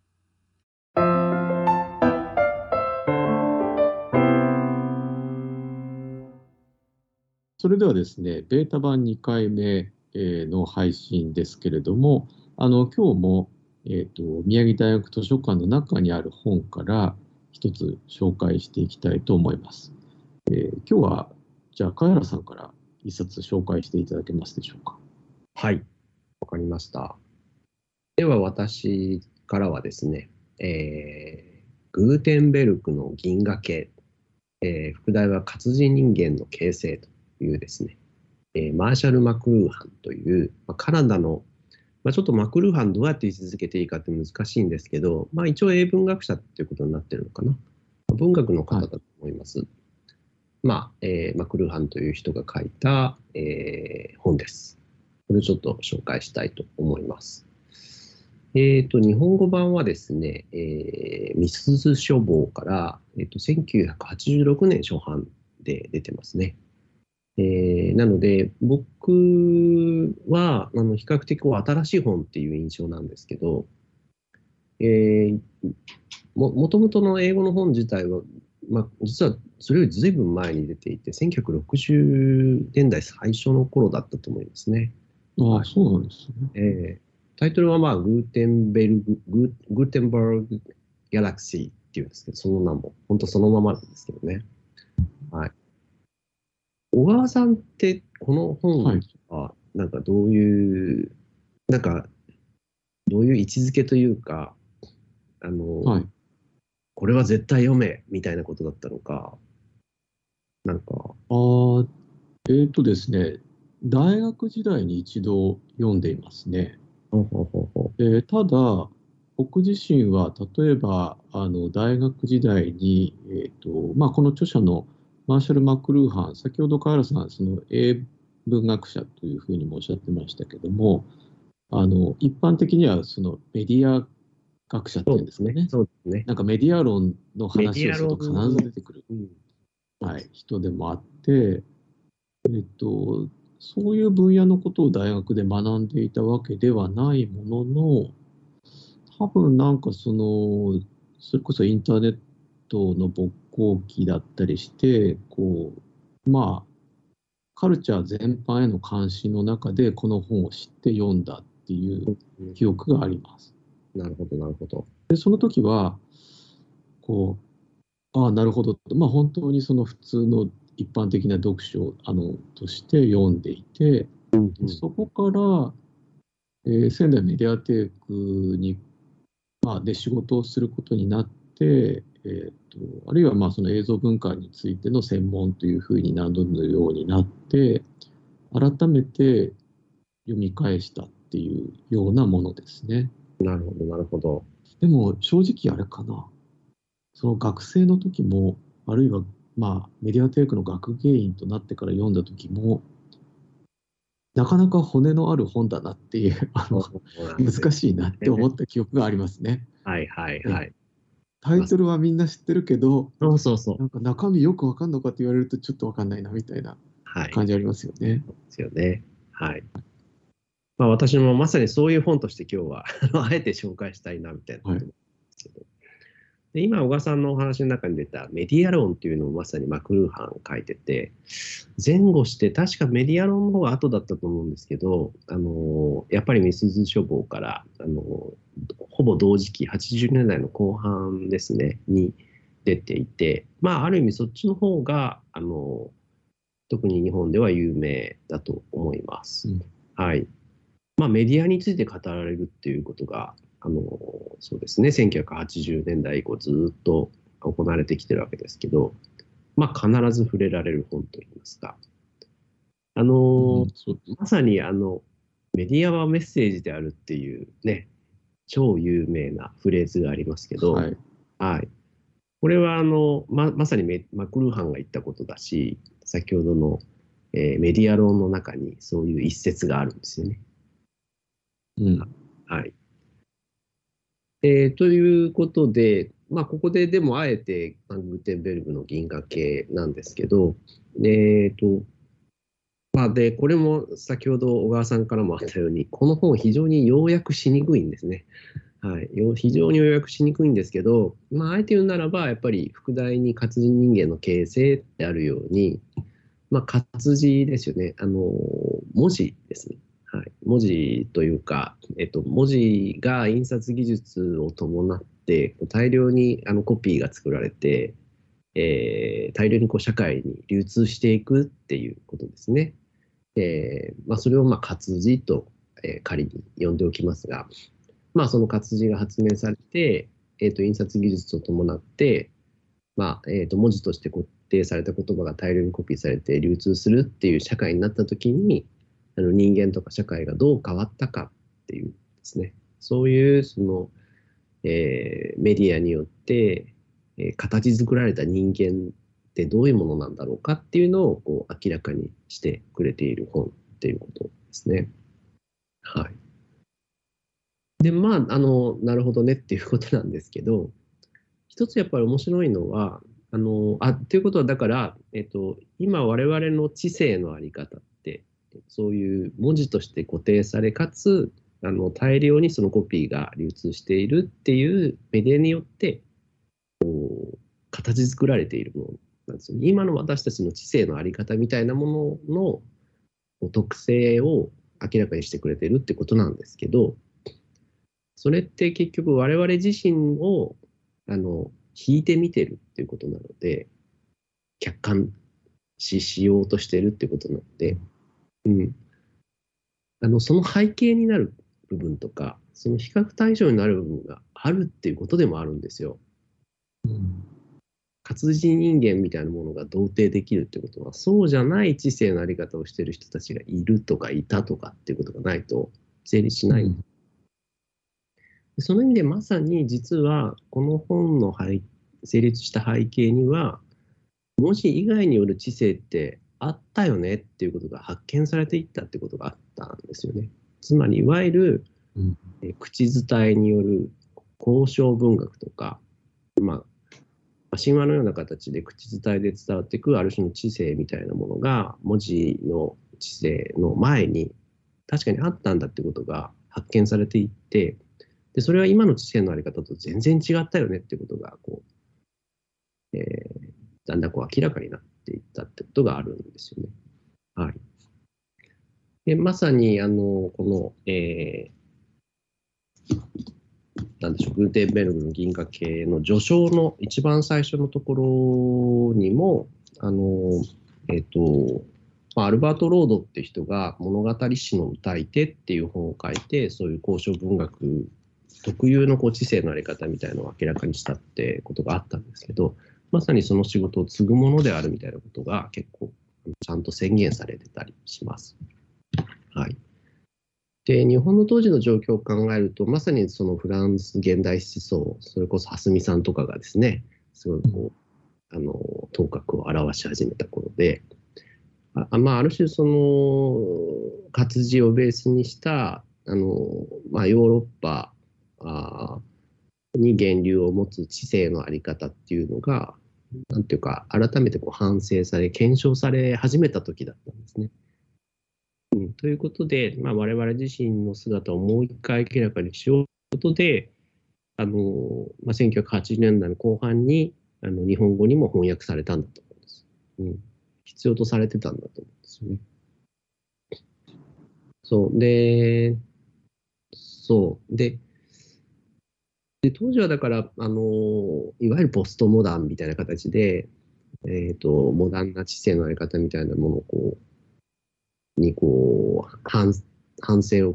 それではですね、ベータ版にかいめえーの配信ですけれども、あの今日も、えーと、宮城大学図書館の中にある本から一つ紹介していきたいと思います。えー今日は、じゃあ、茅原さんから一冊紹介していただけますでしょうか。 はい、わかりました。では私からはですね、えーグーテンベルクの銀河系、えー副題は活字人間の形成というですね、えーマーシャル・マクルーハンという、まあ、カナダの、まあ、ちょっとマクルーハンどうやって位置づけていいかって難しいんですけど、まあ、一応英文学者っていうことになってるのかな。文学の方だと思います。まあえーマクルーハンという人が書いた、えー本です。これをちょっと紹介したいと思います。えーと、日本語版はですね、えー、みすゞ書房から、えーと、せんきゅうひゃくはちじゅうろくねん初版で出てますね。えーなので、僕はあの比較的こう新しい本っていう印象なんですけど、えーももともとの英語の本自体は、まあ、実はそれよりずいぶん前に出ていて、せんきゅうひゃくろくじゅうねんだい最初の頃だったと思いますね。 ああ、 はいそうなんですね。 えータイトルは、まあ、グーテンベルグ、グーグーテンバーグ・ギャラクシーっていうんですけど、その名も、本当そのままなんですけどね。はい。小川さんって、この本はい。 は、なんかどういう、なんか、どういう位置づけというか、 あの、 はい。 これは絶対読めみたいなことだったのか、なんか、 あー、えーとですね、大学時代に一度読んでいますね。 ほうほうほうほえーただ、僕自身は例えばあの大学時代に、えーとまあ、この著者のマーシャル・マクルーハン、先ほど河原さん、その英文学者というふうにもおっしゃってましたけども、あの一般的にはそのメディア学者っう。 てそうですね。 いうんですかね、 そうですね。 なんかメディア論のメディア話をすると必論の、 ず出てくる、 うん、そうはい、 です。 人でもあって、えっと、そういう分野のことを大学で学んでいたわけではないものの、多分なんかその、それこそインターネットの勃興期だったりして、こう、まあ、カルチャー全般への関心の中でこの本を知って読んだっていううん、 記憶があります。 なるほど、なるほど。 で、その時は、こう、ああ、なるほど。まあ、本当にその普通の一般的な読書あのとして読んでいて、 うんうん、 そこから、えー仙台メディアテークに、まあ、で仕事をすることになって、えーと、あるいはまあその映像文化についての専門というふうに名乗るようになって、改めて読み返したっていうようなものですね。 なるほど、なるほど。 でも正直あれかな、その学生の時も、あるいはまあメディアテークの学芸員となってから読んだ時も、なかなか骨のある本だなっていう、あのそうなんです難しいなって思ね。 った記憶がありますね。 はいはいえはい。 タイまあ、 トルはみんな知ってるけど、 そうそうそう。 なんか中身よくわかんのかって言われるとちょっとわかんないなみたいなはい。 感じありますよね。 ですよね。はい。まあ、私もまさにそういう本として今日はあえて紹介したいなみたいなこはい。 となんですけど。で今、小川さんのお話の中に出たメディア論っていうのをまさにマクルーハン書いてて、前後して確かメディア論の方が後だったと思うんですけど、あのやっぱりみすゞ書房から、あのほぼ同時期、はちじゅうねんだいの後半ですね、に出ていて、まあ、ある意味そっちの方が、あの特に日本では有名だと思います。 うん。 はい。まあ、メディアについて語られるっていうことが、あの、そうですね、せんきゅうひゃくはちじゅうねんだい以降ずっと行われてきてるわけですけど、まあ、必ず触れられる本といいますか、あの、 うん、そうです。 まさにあの、メディアはメッセージであるっていうね、超有名なフレーズがありますけど、 はい。 はい。これはあの、ま、まさにメマクルーハンが言ったことだし、先ほどの、えーメディア論の中にそういう一節があるんですよね。 うん。 はい。えーということで、まあ、ここででもあえてあのグーテンベルグの銀河系なんですけど、えーとまあ、でこれも先ほど小川さんからもあったように、この本、非常に要約しにくいんですね。はい、よ非常に要約しにくいんですけど、まあ、あえて言うならば、やっぱり副題に活字人間の形成ってあるように、まあ、活字ですよね。あの、文字ですね。はい。文字というか、えっと、文字が印刷技術を伴って、大量にあのコピーが作られて、えー大量にこう社会に流通していくっていうことですね。えーまあ、それをまあ活字と、えー仮に呼んでおきますが、まあ、その活字が発明されて、えーと、印刷技術を伴って、まあ、えーと、文字として固定された言葉が大量にコピーされて流通するっていう社会になったときに、あの人間とか社会がどう変わったかっていうですね、そういうその、えーメディアによって、えー形作られた人間ってどういうものなんだろうかっていうのをこう明らかにしてくれている本っていうことですね。はい。で、まあ、あの、なるほどねっていうことなんですけど、一つやっぱり面白いのは、あの、あ、ということは、だから、えっと、今我々の知性のあり方って、そういう文字として固定され、かつ、あの、大量にそのコピーが流通しているっていうメディアによって、形作られているものなんですよね。今の私たちの知性のあり方みたいなものの特性を明らかにしてくれているってことなんですけど、それって結局我々自身をあの引いてみてるっていうことなので、客観視しようとしてるってことなので、うん、あのその背景になる部分とか、その比較対象になる部分があるっていうことでもあるんですよ。 うん活字人間みたいなものが同定できるってことは、そうじゃない知性のあり方をしている人たちがいるとかいたとかっていうことがないと成立しない。 うんその意味でまさに実はこの本の背成立した背景には、文字以外による知性ってあったよねっていうことが発見されていったってことがあったんですよね。つまりいわゆる、 うんえ口伝えによる交渉文学とか、まあ、神話のような形で口伝えで伝わっていくある種の知性みたいなものが文字の知性の前に確かにあったんだってことが発見されていって、でそれは今の知性のあり方と全然違ったよねっていうことがこう、えーだんだんこう明らかになっていったってことがあるんですよね。はい。でまさにあのこの、えーなんでしょう、グーテンベルグの銀河系の序章の一番最初のところにも、あの、えっと、まあアルバート・ロードっていう人が物語詩の歌い手っていう本を書いて、そういう交渉文学特有のこう知性のあり方みたいなのを明らかにしたってことがあったんですけど、まさにその仕事を継ぐものであるみたいなことが結構ちゃんと宣言されてたりします。はい。で、日本の当時の状況を考えると、まさにそのフランス現代思想、それこそ蓮見さんとかがですね、すごいこう、あの、頭角を現し始めた頃で、あまあ、ある種その活字をベースにしたあの、まあ、ヨーロッパあに源流を持つ知性のあり方っていうのが、なんていうか、改めてこう反省され、検証され始めた時だったんですね。うん、ということで、まあ、我々自身の姿をもう一回明らかにしようということで、あのまあ、せんきゅうひゃくはちじゅうねんだいの後半にあの日本語にも翻訳されたんだと思うんです。うん、必要とされてたんだと思うんですよね。そう。で、そう。で、で当時はだから、あのいわゆるポストモダンみたいな形で、えっと、モダンな知性のあり方みたいなものをこう、にこう、反、反省を、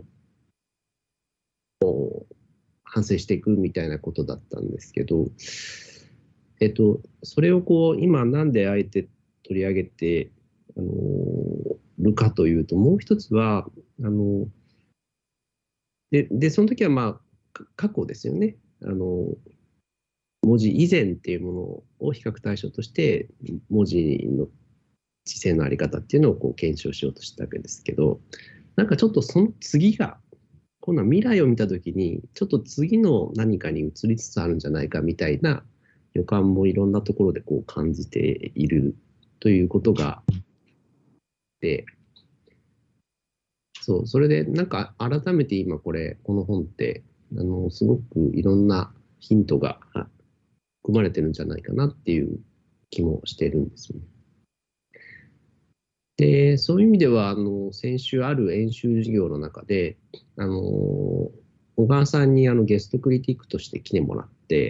反省していくみたいなことだったんですけど、えっと、それをこう、今なんであえて取り上げて、あのるかというと、もう一つは、あの、で、で、その時はまあ、過去ですよね。あの、文字以前っていうものを比較対象として、文字の知性のあり方っていうのをこう検証しようとしたわけですけど、なんかちょっとその次が、今度は未来を見たときに、ちょっと次の何かに移りつつあるんじゃないかみたいな予感もいろんなところでこう感じているということがあって、そう、それでなんか改めて今これ、この本って、あの、すごくいろんなヒントが含まれてるんじゃないかなっていう気もしてるんですよね。で、そういう意味では、あの、先週ある演習授業の中で、あの、小川さんにあのゲストクリティックとして来てもらって、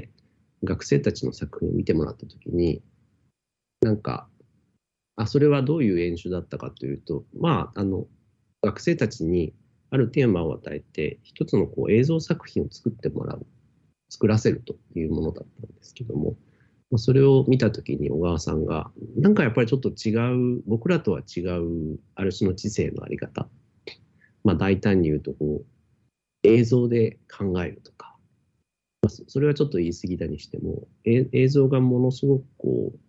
学生たちの作品を見てもらったときに、なんか、あ、それはどういう演習だったかというと、まあ、あの、学生たちにあるテーマを与えて、一つのこう映像作品を作ってもらう、作らせるというものだったんですけども、それを見たときに小川さんが、なんかやっぱりちょっと違う、僕らとは違う、ある種の知性のあり方。まあ大胆に言うと、こう、映像で考えるとか、まあ、それはちょっと言い過ぎだにしても、え映像がものすごくこう、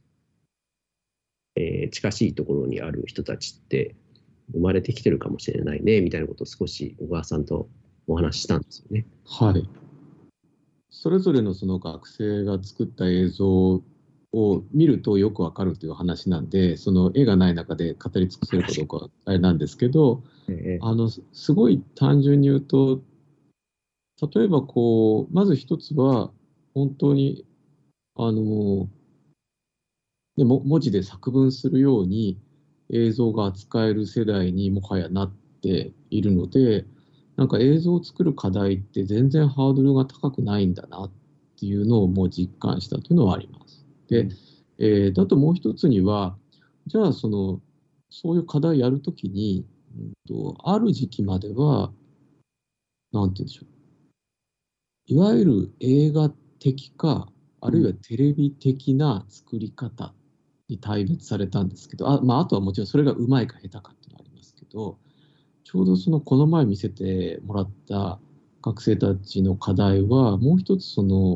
えー近しいところにある人たちって生まれてきてるかもしれないね、みたいなことを少し小川さんとお話ししたんですよね。 はい。それぞれのその学生が作った映像を見るとよくわかるという話なんで、その絵がない中で語り尽くせるかどうかはあれなんですけど、 えあのすごい単純に言うと、例えばこう、まず一つは、本当にあのでも文字で作文するように映像が扱える世代にもはやなっているので、なんか映像を作る課題って全然ハードルが高くないんだなっていうのをもう実感したというのはあります。で、えー、だともう一つには、じゃあその、そういう課題やるときに、うんと、ある時期までは、 なんて言うんでしょう。いわゆる映画的か、あるいはテレビ的な作り方に大別されたんですけど、あ、まあ、あとはもちろんそれがうまいか下手かっていうのはありますけど、ちょうどそのこの前見せてもらった学生たちの課題は、もう一つその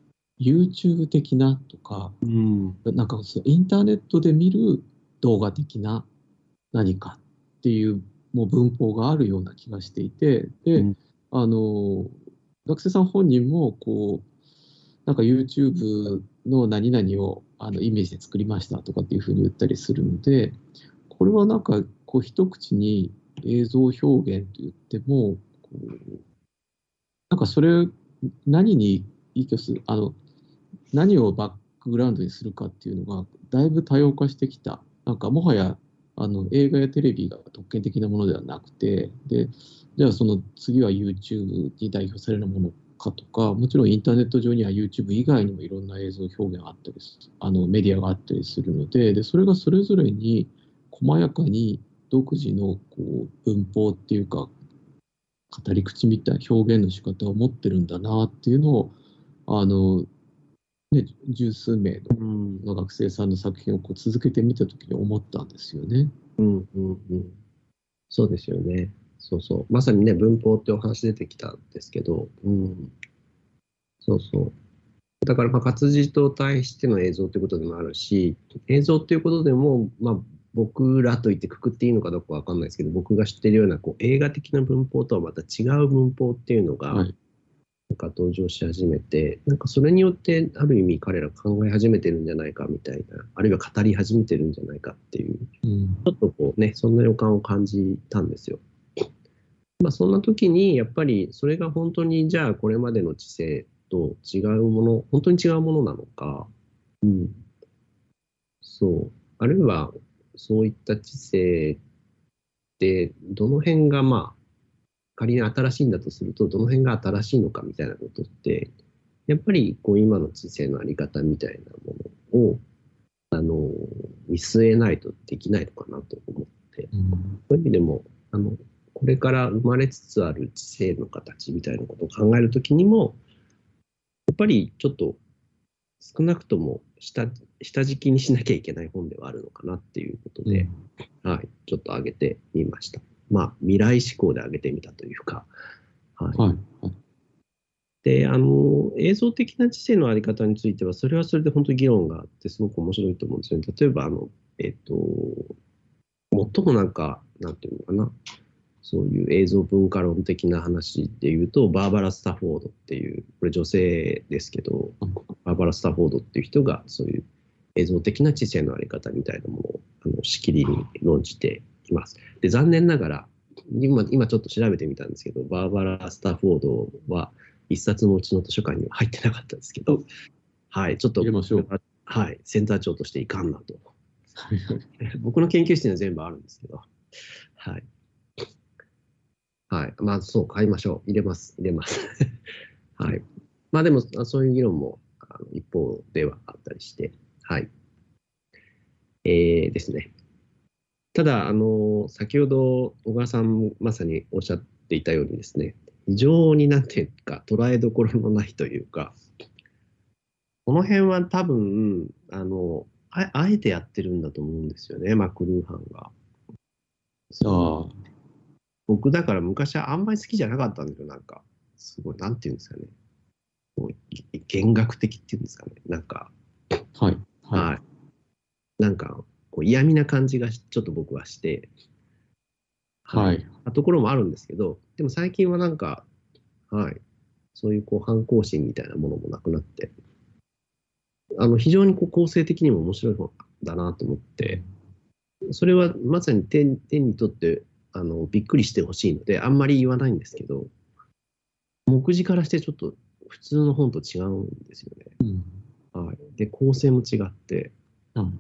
YouTube 的なとか、 うん。 なんかそのインターネットで見る動画的な何かっていうもう文法があるような気がしていて、で、 うんあの、学生さん本人もこう、なんか YouTube の何々をあのイメージで作りましたとかっていうふうに言ったりするので、これはなんかこう一口に映像表現と言っても、こうなんかそれ何に依拠する、あの、何をバックグラウンドにするかっていうのがだいぶ多様化してきた。なんかもはやあの映画やテレビが特権的なものではなくて、で、じゃあその次は YouTube に代表されるものかとか、もちろんインターネット上には YouTube 以外にもいろんな映像表現があったりする、あのメディアがあったりするので、で、それがそれぞれに細やかに独自のこう文法っていうか、語り口みたいな表現の仕方を持ってるんだなっていうのを、あの、ね、十数名うん。 の学生さんの作品をこう続けてみたときに思ったんですよね。 うんうんうん。そうですよね。そうそう。まさにね、文法ってお話出てきたんですけど、うん。そうそう。だから、まあ、活字と対しての映像ということでもあるし、映像っていうことでも、まあ、僕らといってくくっていいのかどうかわかんないですけど、僕が知ってるようなこう映画的な文法とはまた違う文法っていうのが、 はい。 なんか登場し始めて、なんかそれによってある意味彼ら考え始めてるんじゃないかみたいな、あるいは語り始めてるんじゃないかっていう、 うん。 ちょっとこうね、そんな予感を感じたんですよ。まあ、そんな時に、やっぱりそれが本当にじゃあこれまでの知性と違うもの、本当に違うものなのか、うん、そう、あるいはそういった知性ってどの辺がまあ仮に新しいんだとすると、どの辺が新しいのかみたいなことって、やっぱりこう今の知性のあり方みたいなものをあの見据えないとできないのかなと思って、 うん。 そういう意味でも、あのこれから生まれつつある知性の形みたいなことを考えるときにも、やっぱりちょっと少なくとも下下敷きにしなきゃいけない本ではあるのかなっていうことうで、 ん。 はい、ちょっと上げてみました。まあ、未来志向で上げてみたというか、はい。 はい。はい。 で、あの、映像的な知性のあり方については、それはそれで本当に議論があって、すごく面白いと思うんですよね。例えば、あの、えっと、最もなんか、なんていうのかな、そういう映像文化論的な話で言うと、バーバラ・スタフォードっていう、これ女性ですけど、バーバラ・スタフォードっていう人が、そういう映像的な知性のあり方みたいなものをあのしきりに論じています。で、残念ながら、今、今ちょっと調べてみたんですけど、バーバラ・スタフォードは一冊のうちの図書館には入ってなかったんですけど、はい、ちょっと、 入れましょう。 はい、センター長としていかんなと。 はいはい。 僕の研究室には全部あるんですけど、はい。はい。まあ、そう、買いましょう。入れます。入れます。はい。まあ、でも、そういう議論もあの一方ではあったりして、はい。えーですね。ただ、あの、先ほど小川さんもまさにおっしゃっていたようにですね、非常になんていうか、捉えどころのないというか、この辺は多分、あの、ああえてやってるんだと思うんですよね、マクルーハンが。 ああ。 僕、だから昔はあんまり好きじゃなかったんですよ、なんか。すごい、なんていうんですかね。こう弦楽的っていうんですかね。なんか、 はい。はい。 はい。なんか、こう嫌味な感じがちょっと僕はして、はい。 はい。 ところもあるんですけど、でも最近はなんか、はい。そういうこう反抗心みたいなものもなくなって、あの非常にこう構成的にも面白い本だなと思って、それはまさに天天にとってあのびっくりしてほしいので、あんまり言わないんですけど、目次からしてちょっと普通の本と違うんですよね。 うん。 はい。で、構成も違って、 うん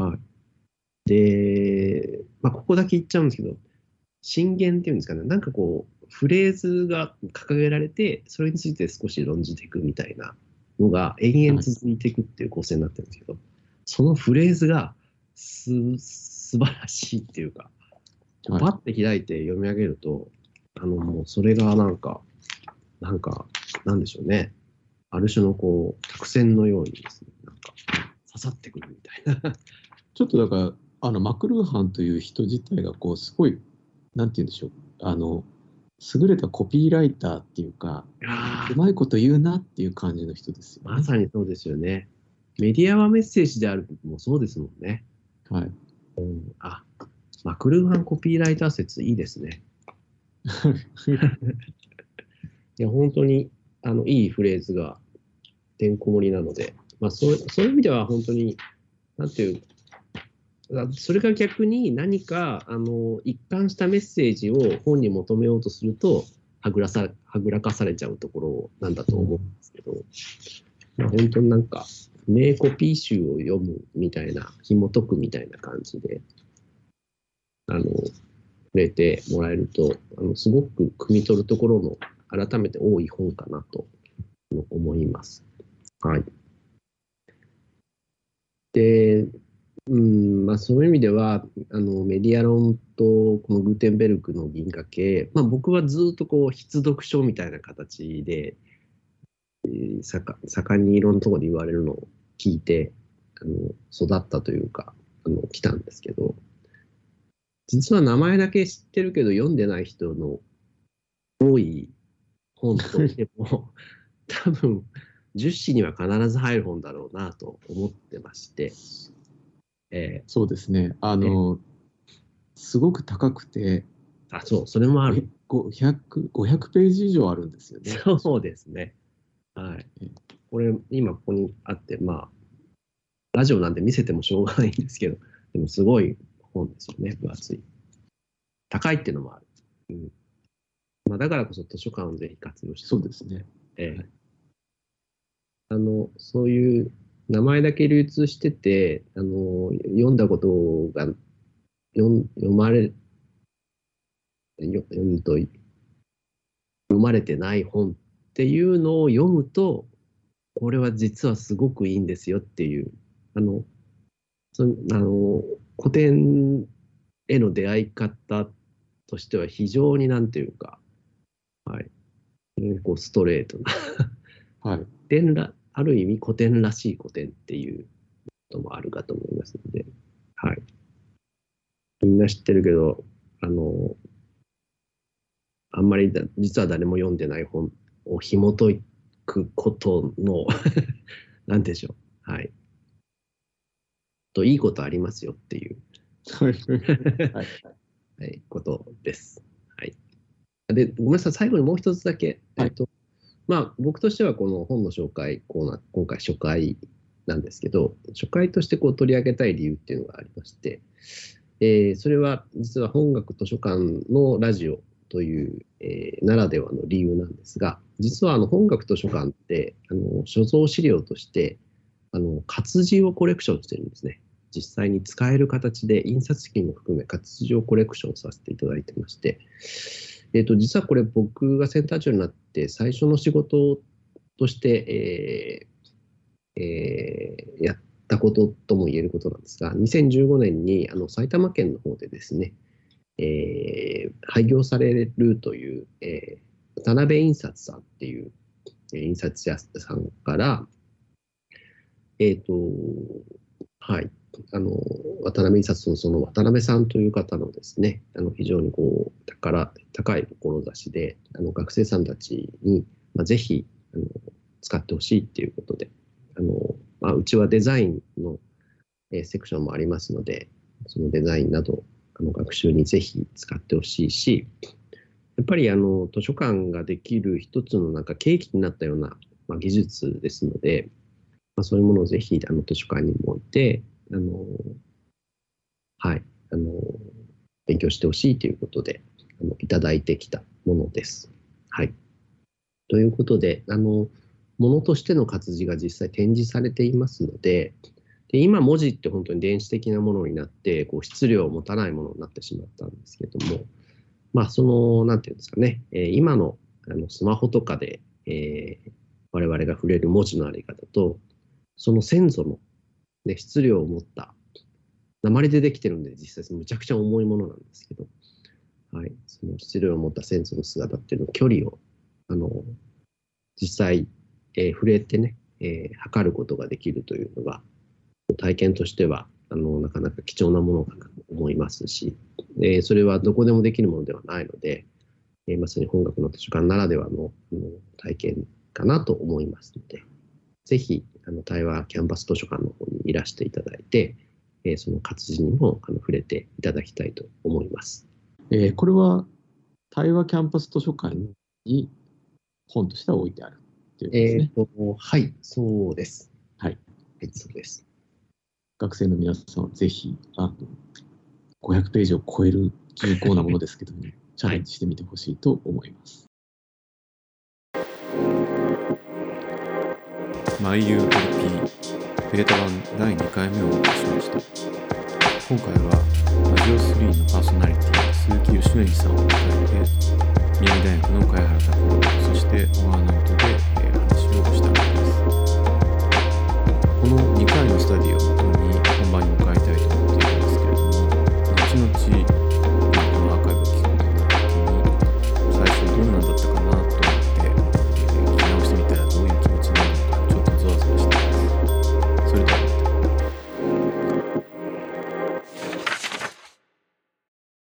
で、まあ、ここだけ言っちゃうんですけど、進言っていうんですかね、なんかこう、フレーズが掲げられて、それについて少し論じていくみたいなのが延々続いていくっていう構成になってるんですけど、そのフレーズがす素晴らしいっていうか、 はい。 パッて開いて読み上げると、あのもうそれがなんか、 なんか、なんでしょうね。ある種のこう、伏線のようにですね、なんか刺さってくるみたいな。 ちょっとだから、あのマクルーハンという人自体が、こう、すごい、なんて言うんでしょう、あの、優れたコピーライターっていうか、 あうまいこと言うなっていう感じの人ですよね。 まさにそうですよね。メディアはメッセージであるもそうですもんね。 はい。 うん、あ、マクルーハンコピーライター説いいですね。いや、本当にあのいいフレーズがてんこ盛りなので、まあ、そうそういう意味では本当に、なんていう、それが逆に何かあの一貫したメッセージを本に求めようとすると、はぐらさはぐらかされちゃうところなんだと思うんですけど、まあ、本当になんか、名コピー集を読むみたいな、紐解くみたいな感じで、あの、触れてもらえると、あのすごく汲み取るところの改めて多い本かなと思います。はい。で、うんまあ、そういう意味では、あのメディア論とこのグーテンベルクの銀河系、まあ、僕はずっとこう必読書みたいな形で、えー、盛盛んにいろんなところで言われるのを聞いて、あの育ったというか、あの来たんですけど、実は名前だけ知ってるけど読んでない人の多い本としても、多分じゅっしには必ず入る本だろうなと思ってまして、えそうですね。あー、えの、すごく高くて、 あ、そう、それもある。 ごひゃく、ごひゃくページ以上あるんですよね。 そうですね。はい。 えこれ、今ここにあって、まあ、ラジオなんで見せてもしょうがないんですけど、でもすごい本ですよね、分厚い。高いっていうのもある。うんまあ、だからこそ図書館をぜひ活用して、 そうですね。 えーはいあの、そういう名前だけ流通してて、あの、読んだことが読読まれ、よ読むと読まれてない本っていうのを読むと、これは実はすごくいいんですよっていう、あの、そあの古典への出会い方としては非常になんていうか、はい、こうストレートなはい。 古典ら、ある意味古典らしい古典っていうこともあるかと思いますので、はい、みんな知ってるけど、あの、あんまりだ実は誰も読んでない本を紐解くことのなんでしょう、はい、といいことありますよっていうはい。はい。 はい、ことです。はい。で、ごめんなさい、最後にもう一つだけ、 はいえっと、まあ、僕としてはこの本の紹介コーナー、今回初回なんですけど、初回としてこう取り上げたい理由っていうのがありまして、えーそれは実は本学図書館のラジオという、えーならではの理由なんですが、実はあの本学図書館ってあの所蔵資料としてあの活字をコレクションしてるんですね。実際に使える形で印刷機も含め活字をコレクションさせていただいてまして、えー、と実はこれ僕がセンター長になって最初の仕事として、えーえーやったこととも言えることなんですが、にせんじゅうごねんにあの埼玉県の方でですね、えー廃業されるという、えー渡辺印刷さんっていうえー印刷屋さんから、えっ、と、はい、あの、渡辺印刷のその渡辺さんという方のですね、あの非常にこう、高高い志で、あの学生さんたちに、まあ、ぜひあの使ってほしいっていうことで、あのまあ、うちはデザインの、えーセクションもありますので、そのデザインなど、あの学習にぜひ使ってほしいし、やっぱりあの図書館ができる一つのなんか契機になったような、まあ、技術ですので、まあ、そういうものをぜひあの図書館にも置いて、あのはい、あの勉強してほしいということであのいただいてきたものです。はい、ということで、あのものとしての活字が実際展示されていますので、で今、文字って本当に電子的なものになって、こう質量を持たないものになってしまったんですけども、まあ、その、なんていうんですかね、えー今のあのスマホとかで、えー我々が触れる文字のあり方と、その先祖の、ね、質量を持った、鉛でできてるんで、実際むちゃくちゃ重いものなんですけど、はい、その質量を持った先祖の姿っていうの距離をあの実際、えー触れてね、えー測ることができるというのが、体験としてはあのなかなか貴重なものかなと思いますし、えーそれはどこでもできるものではないので、えーまさに本学の図書館ならではのあの体験かなと思いますので、ぜひあの対話キャンパス図書館の方にいらしていただいて、えーその活字にもあの触れていただきたいと思います。 えーこれは対話キャンパス図書館に本としては置いてあるっていうことですえね。 ーと、はい、そうです。 はい。 はい、そうです。 学生の皆さんはぜひあのごひゃくページを超える重厚なものですけども、チャレンジしてみてほしいと思います。 マイ ユーエルピー ベータ版だいにかいめをお送りしました。今回はラジオスリーのパーソナリティ鈴木義則さんを迎えて、宮城大学の貝原拓郎、そして小川直人で、えー話をしたわけです。このにかいのスタディを